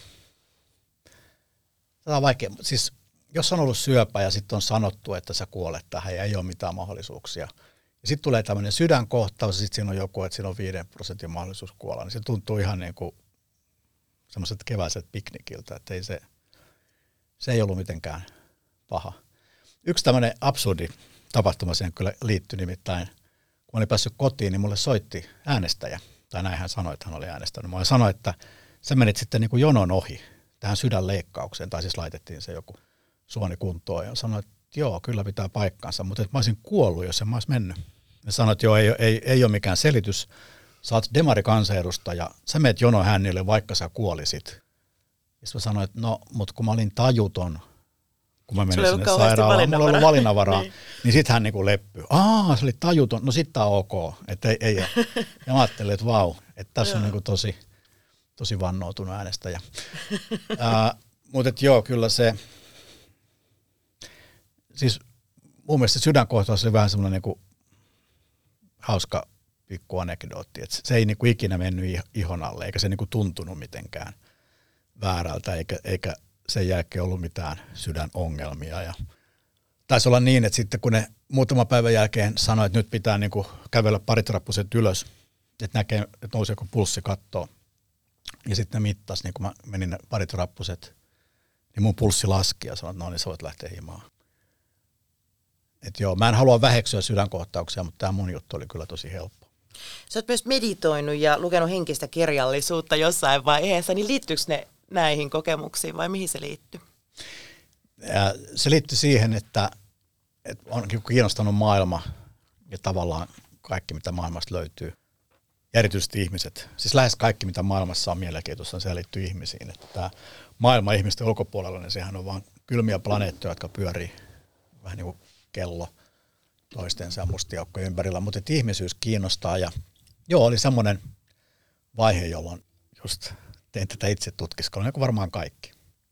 tämä on vaikea, siis jos on ollut syöpä ja sitten on sanottu, että sä kuolet tähän ja ei ole mitään mahdollisuuksia, ja sitten tulee tämmöinen sydänkohtaus ja sitten siinä on joku, että siinä on viiden prosentin mahdollisuus kuolla, niin se tuntuu ihan niin kuin semmoiset keväiset piknikiltä, että ei se, se ei ollut mitenkään paha. Yksi tämmöinen absurdi tapahtuma siihen kyllä liittyi nimittäin, kun olin päässyt kotiin, niin mulle soitti äänestäjä, tai näin hän sanoi, että hän oli äänestänyt. Mä sanoin, että sä menit sitten niin kuin jonon ohi tähän sydänleikkaukseen, tai siis laitettiin se joku suoni kuntoon, ja sanoin, että joo, kyllä pitää paikkansa, mutta että mä olisin kuollut, jos en mä olisi mennyt. Ja sanoin, että joo, ei, ei, ei ole mikään selitys, sä oot demarikansanedustaja, sä meet jonon hännille, vaikka sä kuolisit. Ja sitten mä sanoin, että no, mutta kun mä olin tajuton, kun mä menin sinne sairaalaan, mulla ei ollut valinnanvaraa, niin, niin sitten hän niinku leppyi. Aa, se oli tajuton, no sitten on ok. Että ei, ei. Ja mä ajattelin, että vau, että tässä on niinku tosi, tosi vannoutunut äänestäjä. uh, mutta joo, kyllä se, siis mun mielestä sydänkohtaus oli vähän semmoinen niinku hauska pikku anekdootti, että se ei niinku ikinä mennyt ihon alle, eikä se niinku tuntunut mitenkään väärältä, eikä, eikä sen jälkeen ollut mitään sydänongelmia. Ja taisi olla niin, että sitten kun ne muutama päivän jälkeen sanoi, että nyt pitää niinku kävellä parit rappuset ylös, että näkee, että nouseeko pulssi kattoo. Ja sitten ne mittasi, niin kun mä menin ne parit rappuset, niin mun pulssi laski ja sanoi, että no niin, sä voit lähteä himaan. Että joo, mä en halua väheksyä sydänkohtauksia, mutta tämä mun juttu oli kyllä tosi helppo. Sä oot myös meditoinut ja lukenut henkistä kirjallisuutta jossain vaiheessa, niin liittyykö ne näihin kokemuksiin vai mihin se liittyy? Ja se liittyy siihen, että, että on kiinnostanut maailma ja tavallaan kaikki, mitä maailmasta löytyy. Ja erityisesti ihmiset. Siis lähes kaikki, mitä maailmassa on mielenkiintoista, se liittyy ihmisiin. Että tämä maailma ihmisten ulkopuolella, niin sehän on vain kylmiä planeettoja, jotka pyörii vähän niin kuin kello toistensa ja mustiaukkojen ympärillä. Mutta että ihmisyys kiinnostaa. Ja joo, oli semmoinen vaihe, jolloin just tein tätä itse tutkiskelua, niin kuin varmaan kaikki.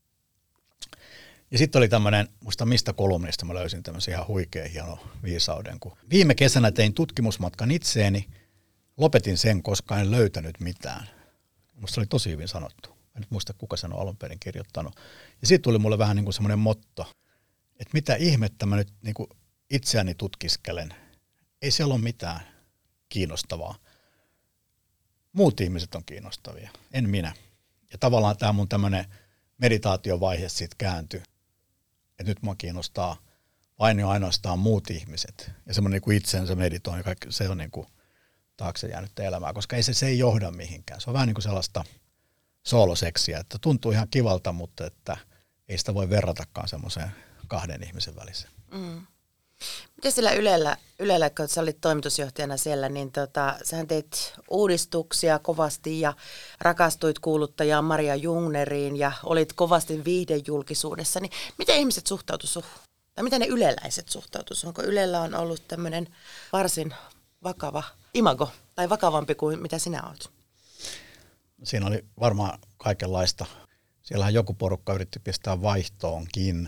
Ja sitten oli tämmöinen, muista mistä kolumnista mä löysin tämmöisen ihan huikean hieno viisauden. Kun viime kesänä tein tutkimusmatkan itseeni, lopetin sen, koska en löytänyt mitään. Musta oli tosi hyvin sanottu. En nyt muista, kuka sen on alun perin kirjoittanut. Ja siitä tuli mulle vähän niin kuin semmoinen motto, että mitä ihmettä mä nyt niin kuin itseäni tutkiskelen. Ei siellä ole mitään kiinnostavaa. Muut ihmiset on kiinnostavia, en minä. Ja tavallaan tämä mun tämmöinen meditaatiovaihe siitä kääntyi, että nyt mua kiinnostaa vain ja ainoastaan muut ihmiset. Ja semmoinen niin kuin itsensä meditoin, se on niin kuin taakse jäänyt elämää, koska ei se, se ei johda mihinkään. Se on vähän niin kuin sellaista sooloseksiä, että tuntuu ihan kivalta, mutta että ei sitä voi verratakaan semmoiseen kahden ihmisen välissä. Mm. Miten sillä Ylellä, Ylellä, kun sä olit toimitusjohtajana siellä, niin tota, sähän teit uudistuksia kovasti ja rakastuit kuuluttajaan Maria Jungneriin ja olit kovasti viihdejulkisuudessa, niin miten ihmiset suhtautuivat suhun? Tai miten ne yleläiset suhtautuivat? Onko Ylellä on ollut tämmöinen varsin vakava imago tai vakavampi kuin mitä sinä olet? Siinä oli varmaan kaikenlaista. Siellähän joku porukka yritti pistää vaihtoonkin.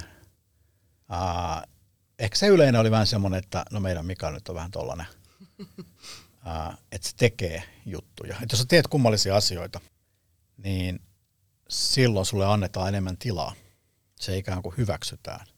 Uh, ehkä se yleinen oli vähän semmoinen, että no meidän Mika nyt on vähän tollainen, uh, että se tekee juttuja. Että jos sä teet kummallisia asioita, niin silloin sulle annetaan enemmän tilaa. Se ikään kuin hyväksytään.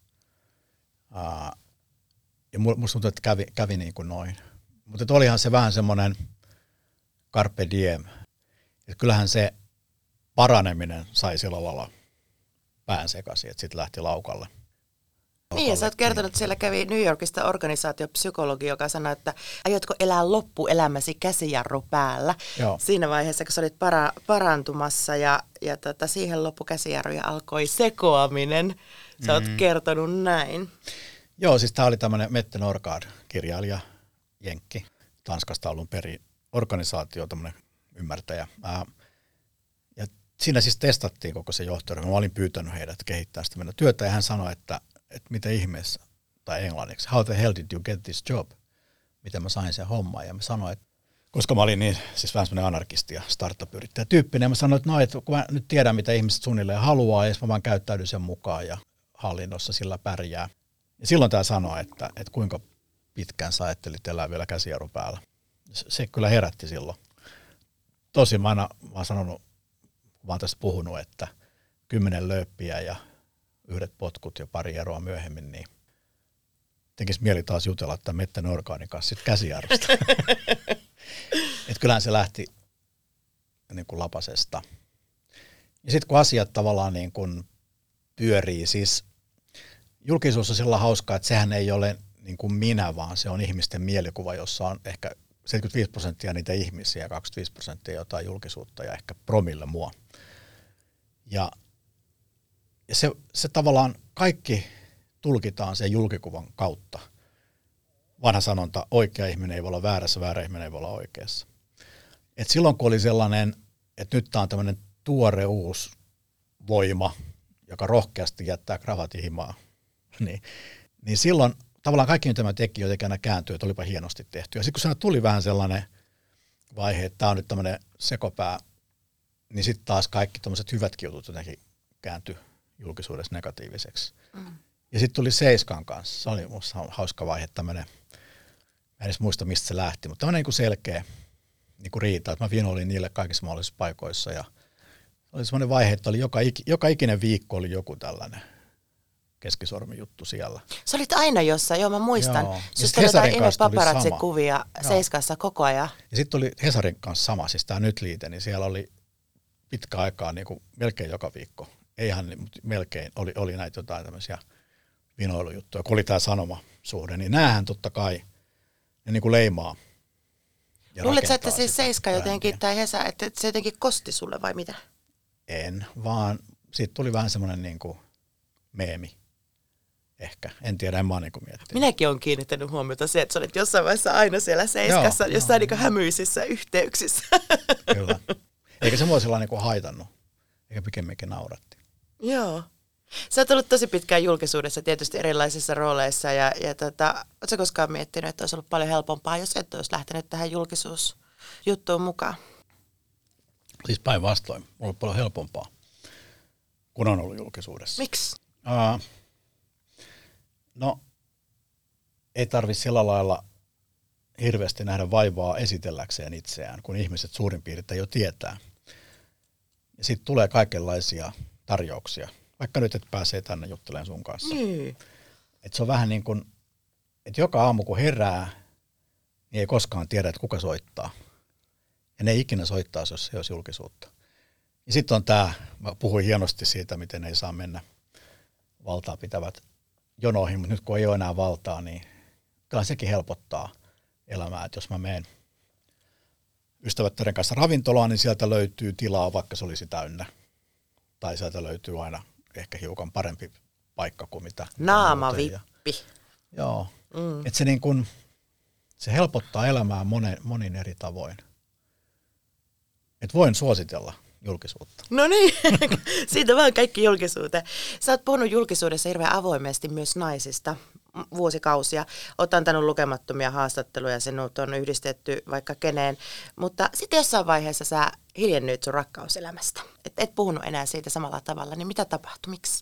Uh, ja musta tuntuu, että kävi, kävi niin kuin noin. Mutta olihan se vähän semmoinen carpe diem. Että kyllähän se paraneminen sai sillä lailla pään sekaisin, että sitten lähti laukalle. Niin, ja sä oot kertonut, että siellä kävi New Yorkista organisaatiopsykologi, joka sanoi, että aiotko elää loppuelämäsi käsijarru päällä. Joo. Siinä vaiheessa, kun sä olit para, parantumassa ja, ja tota, siihen loppu käsijarru ja alkoi sekoaminen. Sä oot mm. kertonut näin. Joo, siis tää oli tämmöinen Mette Norgard-kirjailija, jenkki, Tanskasta alun perin organisaatio, tämmöinen ymmärtäjä. Ää, ja siinä siis testattiin koko se johtoryhmä. Mä olin pyytänyt heidät kehittää sitä meidän työtä ja hän sanoi, että, että mitä ihmeessä, tai englanniksi, how the hell did you get this job? Miten mä sain sen homman? Ja mä sanoin, että koska mä olin niin, siis vähän semmoinen anarkisti ja startup-yrittäjä tyyppinen, ja mä sanoin, että no, että kun mä nyt tiedän, mitä ihmiset suunnilleen haluaa, ja mä vaan käyttäydyn sen mukaan ja hallinnossa sillä pärjää. Ja silloin tämä sanoi, että, että kuinka pitkään sä ajattelit elää vielä käsijarru päällä. Se, se kyllä herätti silloin. Tosin mä aina mä oon sanonut, kun mä oon tästä puhunut, että kymmenen lööppiä ja yhdet potkut ja pari eroa myöhemmin, niin tekisi mieli taas jutella tämän Mette Norgardin kanssa sit käsijarrusta. Että kyllähän se lähti niin kuin lapasesta. Ja sitten kun asiat tavallaan niin kuin pyörii, siis julkisuus on sillä hauskaa, että sehän ei ole niin kuin minä, vaan se on ihmisten mielikuva, jossa on ehkä seitsemänkymmentäviisi prosenttia niitä ihmisiä ja kaksikymmentäviisi prosenttia jotain julkisuutta ja ehkä promille mua. Ja, ja se, se tavallaan kaikki tulkitaan sen julkikuvan kautta. Vanha sanonta, oikea ihminen ei voi olla väärässä, väärä ihminen ei voi olla oikeassa. Et silloin kun oli sellainen, että nyt tämä on tämmöinen tuore uusi voima, joka rohkeasti jättää kravatin himaa, niin, niin silloin tavallaan kaikki mitä mä tekin jotenkin aina kääntyi, että olipa hienosti tehty. Ja sitten kun siinä tuli vähän sellainen vaihe, että tämä on nyt tämmöinen sekopää, niin sitten taas kaikki tämmöiset hyvätkin jutut jotenkin kääntyi julkisuudessa negatiiviseksi. Mm. Ja sitten tuli Seiskan kanssa. Se oli musta hauska vaihe tämmöinen, mä en edes muista mistä se lähti, mutta tämmöinen niin selkeä niin kuin riita, että mä vinoilin niille kaikissa mahdollisissa paikoissa ja oli semmoinen vaihe, että oli joka, joka ikinen viikko oli joku tällainen keskisormijuttu siellä. Sä olit aina jossain, joo mä muistan. Susta oli jotain ennen paparazzi-kuvia Seiskassa koko ajan. Ja sitten oli Hesarin kanssa sama, siis tämä Nyt liite, niin siellä oli pitkä aikaa niin kuin melkein joka viikko. Ei ihan, mutta melkein oli, oli näitä jotain tämmöisiä vinoilujuttuja, kun oli tämä sanomasuhde, niin näähän totta kai ne niin kuin leimaa. Luuletko sä, että siis Seiska jotenkin, tai Hesa, että se jotenkin kosti sulle vai mitä? En, vaan siitä tuli vähän semmoinen niin kuin meemi. Ehkä. En tiedä, en mä oon niin kuin miettinyt. Minäkin olen kiinnittänyt huomiota se, että sä olit jossain vaiheessa aina siellä Seiskassa, joo, jossain niin hämyisissä yhteyksissä. Kyllä. Eikä se mua sellainen niin haitannut, eikä pikemminkin nauratti. Joo. Sä oot ollut tosi pitkään julkisuudessa tietysti erilaisissa rooleissa ja, ja tota, ootko sä koskaan miettinyt, että olisi ollut paljon helpompaa, jos et olisi lähtenyt tähän julkisuusjuttuun mukaan? Siis päinvastoin. Mulla on paljon helpompaa, kun on ollut julkisuudessa. Miksi? Uh, no, ei tarvitse sillä lailla hirveästi nähdä vaivaa esitelläkseen itseään, kun ihmiset suurin piirtein jo tietää. Ja sitten tulee kaikenlaisia tarjouksia. Vaikka nyt et pääsee tänne juttelemaan sun kanssa. Mm. Et se on vähän niin kuin, että joka aamu kun herää, niin ei koskaan tiedä, että kuka soittaa. Ja ne ei ikinä soittaisi, jos ei olisi julkisuutta. Ja sitten on tämä, mä puhuin hienosti siitä, miten ei saa mennä valtaa pitävät jonoihin, mutta nyt kun ei ole enää valtaa, niin kyllä sekin helpottaa elämää. Että jos mä menen ystävättären kanssa ravintolaan, niin sieltä löytyy tilaa, vaikka se olisi täynnä. Tai sieltä löytyy aina ehkä hiukan parempi paikka kuin mitä. Naamavippi. Joo, mm. että se, niin kun, se helpottaa elämää monen, monin eri tavoin. Että voin suositella julkisuutta. No niin, siitä vaan kaikki julkisuuteen. Sä oot puhunut julkisuudessa hirveän avoimesti myös naisista vuosikausia. Oot antanut lukemattomia haastatteluja, sinut on yhdistetty vaikka keneen. Mutta sitten jossain vaiheessa sä hiljennyt sun rakkauselämästä. Et, et puhunut enää siitä samalla tavalla, niin mitä tapahtui, miksi?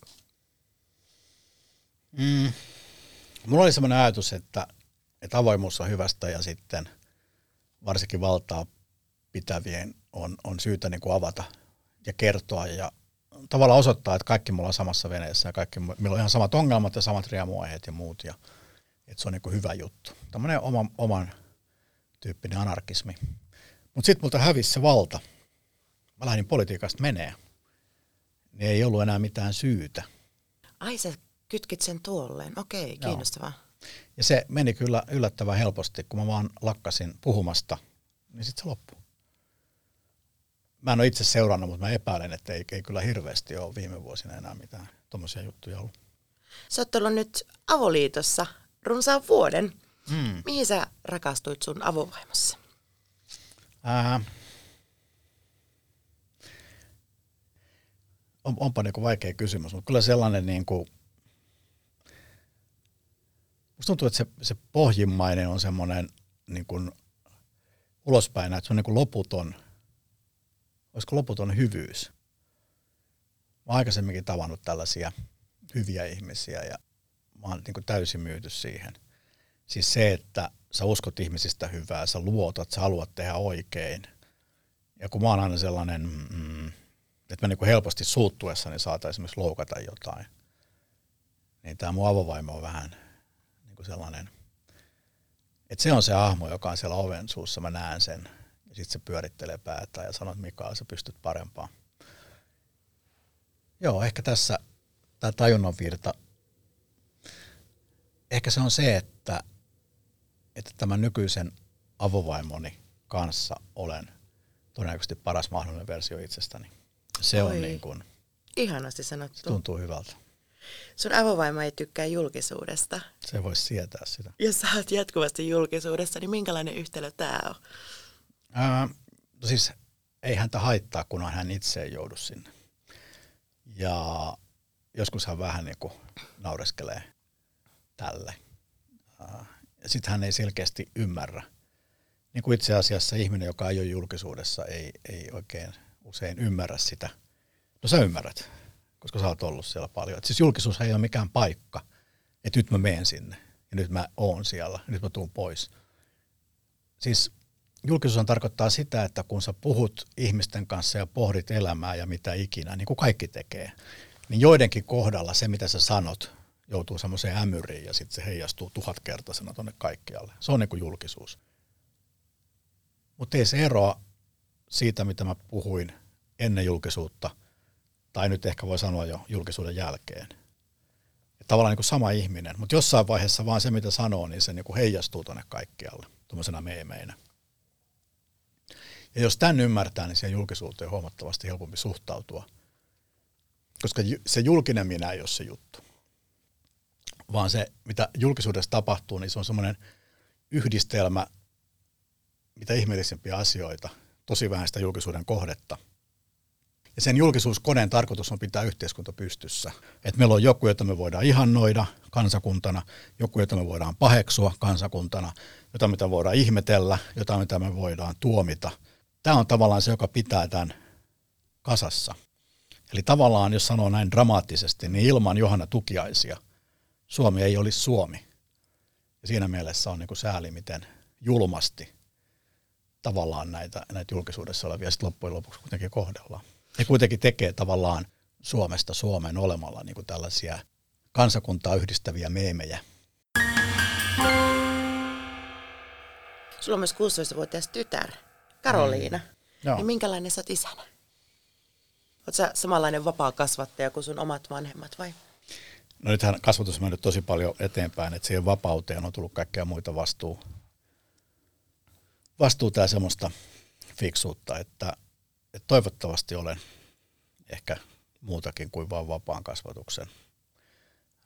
Mm. Mulla oli semmoinen ajatus, että, että avoimuus on hyvästä ja sitten varsinkin valtaa pitävien on, on syytä niin kuin avata ja kertoa ja tavallaan osoittaa, että kaikki mulla on samassa veneessä ja kaikki, meillä on ihan samat ongelmat ja samat riemuaiheet ja muut ja että se on niin kuin hyvä juttu. Tämmöinen oma, oman tyyppinen anarkismi. Mutta sitten multa hävisi se valta. Mä lähdin politiikasta menee. Niin ei ollut enää mitään syytä. Ai sä kytkit sen tuolleen. Okei, kiinnostavaa. Joo. Ja se meni kyllä yllättävän helposti, kun mä vaan lakkasin puhumasta, niin sitten se loppui. Mä en ole itse seurannut, mutta mä epäilen, että ei, ei kyllä hirveästi ole viime vuosina enää mitään tommosia juttuja ollut. Sä oot ollut nyt avoliitossa runsaan vuoden. Mm. Mihin sä rakastuit sun avovaimossa? Ää, on, onpa niinku vaikea kysymys, mutta kyllä sellainen niinku, musta tuntuu, että se, se pohjimmainen on semmoinen niinku ulospäin, että se on niinku loputon, olisiko loputon hyvyys. Mä oon aikaisemminkin tavannut tällaisia hyviä ihmisiä ja mä oon niinku täysin myyty siihen. Siis se, että sä uskot ihmisistä hyvää, sä luotat, sä haluat tehdä oikein. Ja kun mä oon aina sellainen, mm, että mä niinku helposti suuttuessani saatan esimerkiksi loukata jotain, niin tää mun avovaimo on vähän niinku sellainen, että se on se hahmo, joka on siellä oven suussa, mä näen sen. Ja sit se pyörittelee päätä ja sanoo, että Mika, sä pystyt parempaan. Joo, ehkä tässä tää tajunnan virta, ehkä se on se, että että tämän nykyisen avovaimoni kanssa olen todennäköisesti paras mahdollinen versio itsestäni. Se on Oi, niin kuin, ihanasti sanottu. tuntuu hyvältä. Sun avovaimo ei tykkää julkisuudesta. Se voisi sietää sitä. Jos sä oot jatkuvasti julkisuudessa, niin minkälainen yhtälö tää on? Ää, no siis ei häntä haittaa, kunhan hän itse ei joudu sinne. Ja joskus hän vähän niin kuin naureskelee tälle. Ää, Ja sitten hän ei selkeästi ymmärrä. Niin kuin itse asiassa ihminen, joka ei ole julkisuudessa, ei, ei oikein usein ymmärrä sitä. No sä ymmärrät, koska sä oot ollut siellä paljon. Et siis julkisuus ei ole mikään paikka, että nyt mä menen sinne ja nyt mä oon siellä ja nyt mä tuun pois. Siis julkisuus tarkoittaa sitä, että kun sä puhut ihmisten kanssa ja pohdit elämää ja mitä ikinä, niin kuin kaikki tekee, niin joidenkin kohdalla se, mitä sä sanot, joutuu semmoiseen ämyriin ja sitten se heijastuu tuhatkertaisena tuonne kaikkialle. Se on niin kuin julkisuus. Mutta ei se eroa siitä, mitä mä puhuin ennen julkisuutta, tai nyt ehkä voi sanoa jo julkisuuden jälkeen. Et tavallaan niin kuin sama ihminen, mutta jossain vaiheessa vaan se, mitä sanoo, niin se niin kuin heijastuu tuonne kaikkialle, tuommoisena meemeinä. Ja jos tämän ymmärtää, niin siihen julkisuuteen on huomattavasti helpompi suhtautua, koska se julkinen minä ei ole se juttu. Vaan se, mitä julkisuudessa tapahtuu, niin se on semmoinen yhdistelmä, mitä ihmeellisempiä asioita, tosi vähän sitä julkisuuden kohdetta. Ja sen julkisuuskoneen tarkoitus on pitää yhteiskunta pystyssä. Että meillä on joku, jota me voidaan ihannoida kansakuntana, joku, jota me voidaan paheksua kansakuntana, jota mitä voidaan ihmetellä, jota mitä me voidaan tuomita. Tämä on tavallaan se, joka pitää tämän kasassa. Eli tavallaan, jos sanoo näin dramaattisesti, niin ilman Johanna Tukiaisia Suomi ei olisi Suomi. Ja siinä mielessä on niin kuin sääli, miten julmasti tavallaan näitä, näitä julkisuudessa olevia sitten loppujen lopuksi kuitenkin kohdellaan. Ne kuitenkin tekee tavallaan Suomesta Suomen olemalla niin kuin tällaisia kansakuntaa yhdistäviä meemejä. Sulla on myös kuusitoistavuotias tytär, Karoliina. Mm. Niin minkälainen sä oot isänä? Oot sä samanlainen vapaa kasvattaja kuin sun omat vanhemmat vai? No nythän kasvatus on mennyt tosi paljon eteenpäin, että siihen vapauteen on tullut kaikkea muita vastuu, vastuuta ja semmoista fiksuutta, että, että toivottavasti olen ehkä muutakin kuin vain vapaan kasvatuksen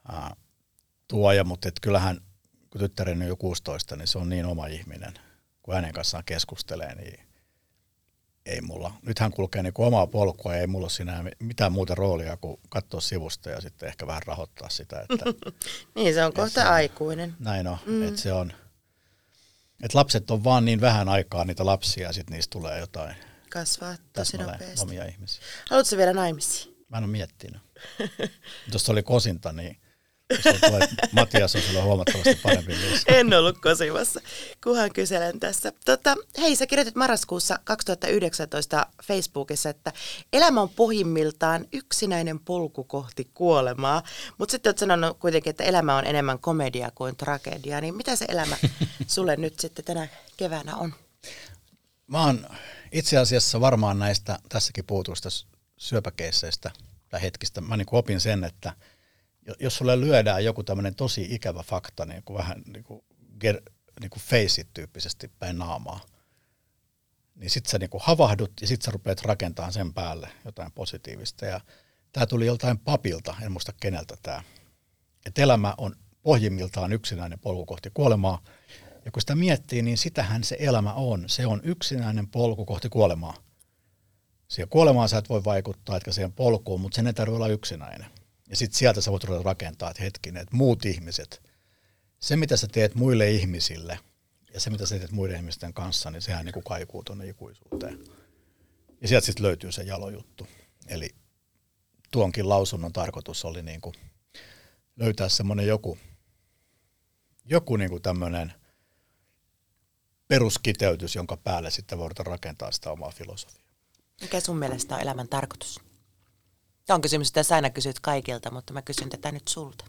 ää, tuoja, mutta et kyllähän kun tyttäreni on jo kuusitoista, niin se on niin oma ihminen. Kun hänen kanssaan keskustelee, niin ei mulla. Nyt hän kulkee niin kuin omaa polkua, ei mulla ole siinä mitään muuta roolia kuin katsoa sivusta ja sitten ehkä vähän rahoittaa sitä. Että niin, se on kohta se, aikuinen. Näin on, mm. että se on, että lapset on vaan niin vähän aikaa niitä lapsia ja sitten niistä tulee jotain. Kasvaa tosi nopeasti. Omia ihmisiä. Haluatko vielä naimisiin? Mä en ole miettinyt. Tuossa oli kosinta, niin tuo, Matias on sulle huomattavasti parempi mies. En ollut kosimassa, kunhan kyselen tässä. Tota, hei, sä kirjoitit marraskuussa kaksituhattayhdeksäntoista Facebookissa, että elämä on pohjimmiltaan yksinäinen polku kohti kuolemaa. Mutta sitten oot sanonut kuitenkin, että elämä on enemmän komedia kuin tragedia. Niin mitä se elämä sulle nyt sitten tänä keväänä on? Mä oon itse asiassa varmaan näistä tässäkin puhutuista syöpäkeisseistä tai hetkistä. Mä niin kuin opin sen, että jos sulle lyödään joku tämmöinen tosi ikävä fakta, niin kuin vähän niin kuin, ger, niin kuin face-it-tyyppisesti päin naamaa, niin sit sä niin kuin havahdut ja sit sä rupeat rakentamaan sen päälle jotain positiivista. Ja tää tuli joltain papilta, en muista keneltä tää. Että elämä on pohjimmiltaan yksinäinen polku kohti kuolemaa. Ja kun sitä miettii, niin sitähän se elämä on. Se on yksinäinen polku kohti kuolemaa. Siihen kuolemaan sä et voi vaikuttaa, etkä siihen polkuun, mutta sen ei tarvitse olla yksinäinen. Ja sitten sieltä sä voit ruveta rakentaa, että hetkinen, että muut ihmiset, se mitä sä teet muille ihmisille ja se mitä sä teet muiden ihmisten kanssa, niin sehän niin kuin kaikuu tuonne ikuisuuteen. Ja sieltä sitten löytyy se jalo juttu. Eli tuonkin lausunnon tarkoitus oli niin kuin löytää semmoinen joku, joku niin kuin tämmöinen peruskiteytys, jonka päälle sitten voidaan rakentaa sitä omaa filosofiaa. Mikä sun mielestä on elämän tarkoitus? Tämä on kysymys, jota sä aina kysyt kaikilta, mutta mä kysyn tätä nyt sulta.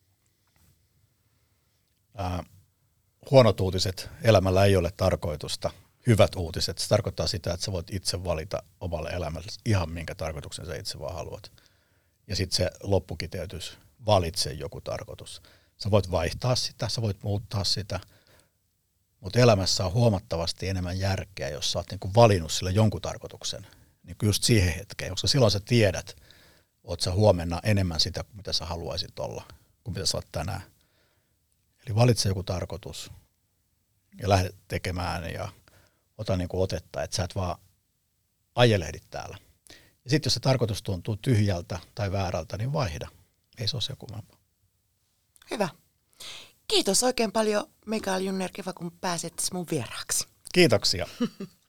Äh, huonot uutiset, elämällä ei ole tarkoitusta. Hyvät uutiset, se tarkoittaa sitä, että sä voit itse valita omalle elämälle ihan minkä tarkoituksen sä itse vaan haluat. Ja sitten se loppukiteytys, valitse joku tarkoitus. Sä voit vaihtaa sitä, sä voit muuttaa sitä, mutta elämässä on huomattavasti enemmän järkeä, jos sä oot niinku valinnut sille jonkun tarkoituksen. Niin just siihen hetkeen, koska silloin sä tiedät, oot sä huomenna enemmän sitä, mitä sä haluaisit olla, kuin mitä sä oot tänään. Eli valitse joku tarkoitus ja lähde tekemään ja ota niin kuin otetta, että sä et vaan ajelehdi täällä. Ja sitten jos se tarkoitus tuntuu tyhjältä tai väärältä, niin vaihda. Ei se ole se kummempaa. Hyvä. Kiitos oikein paljon, Mikael Junner, kiva kun pääsit mun vieraaksi. Kiitoksia.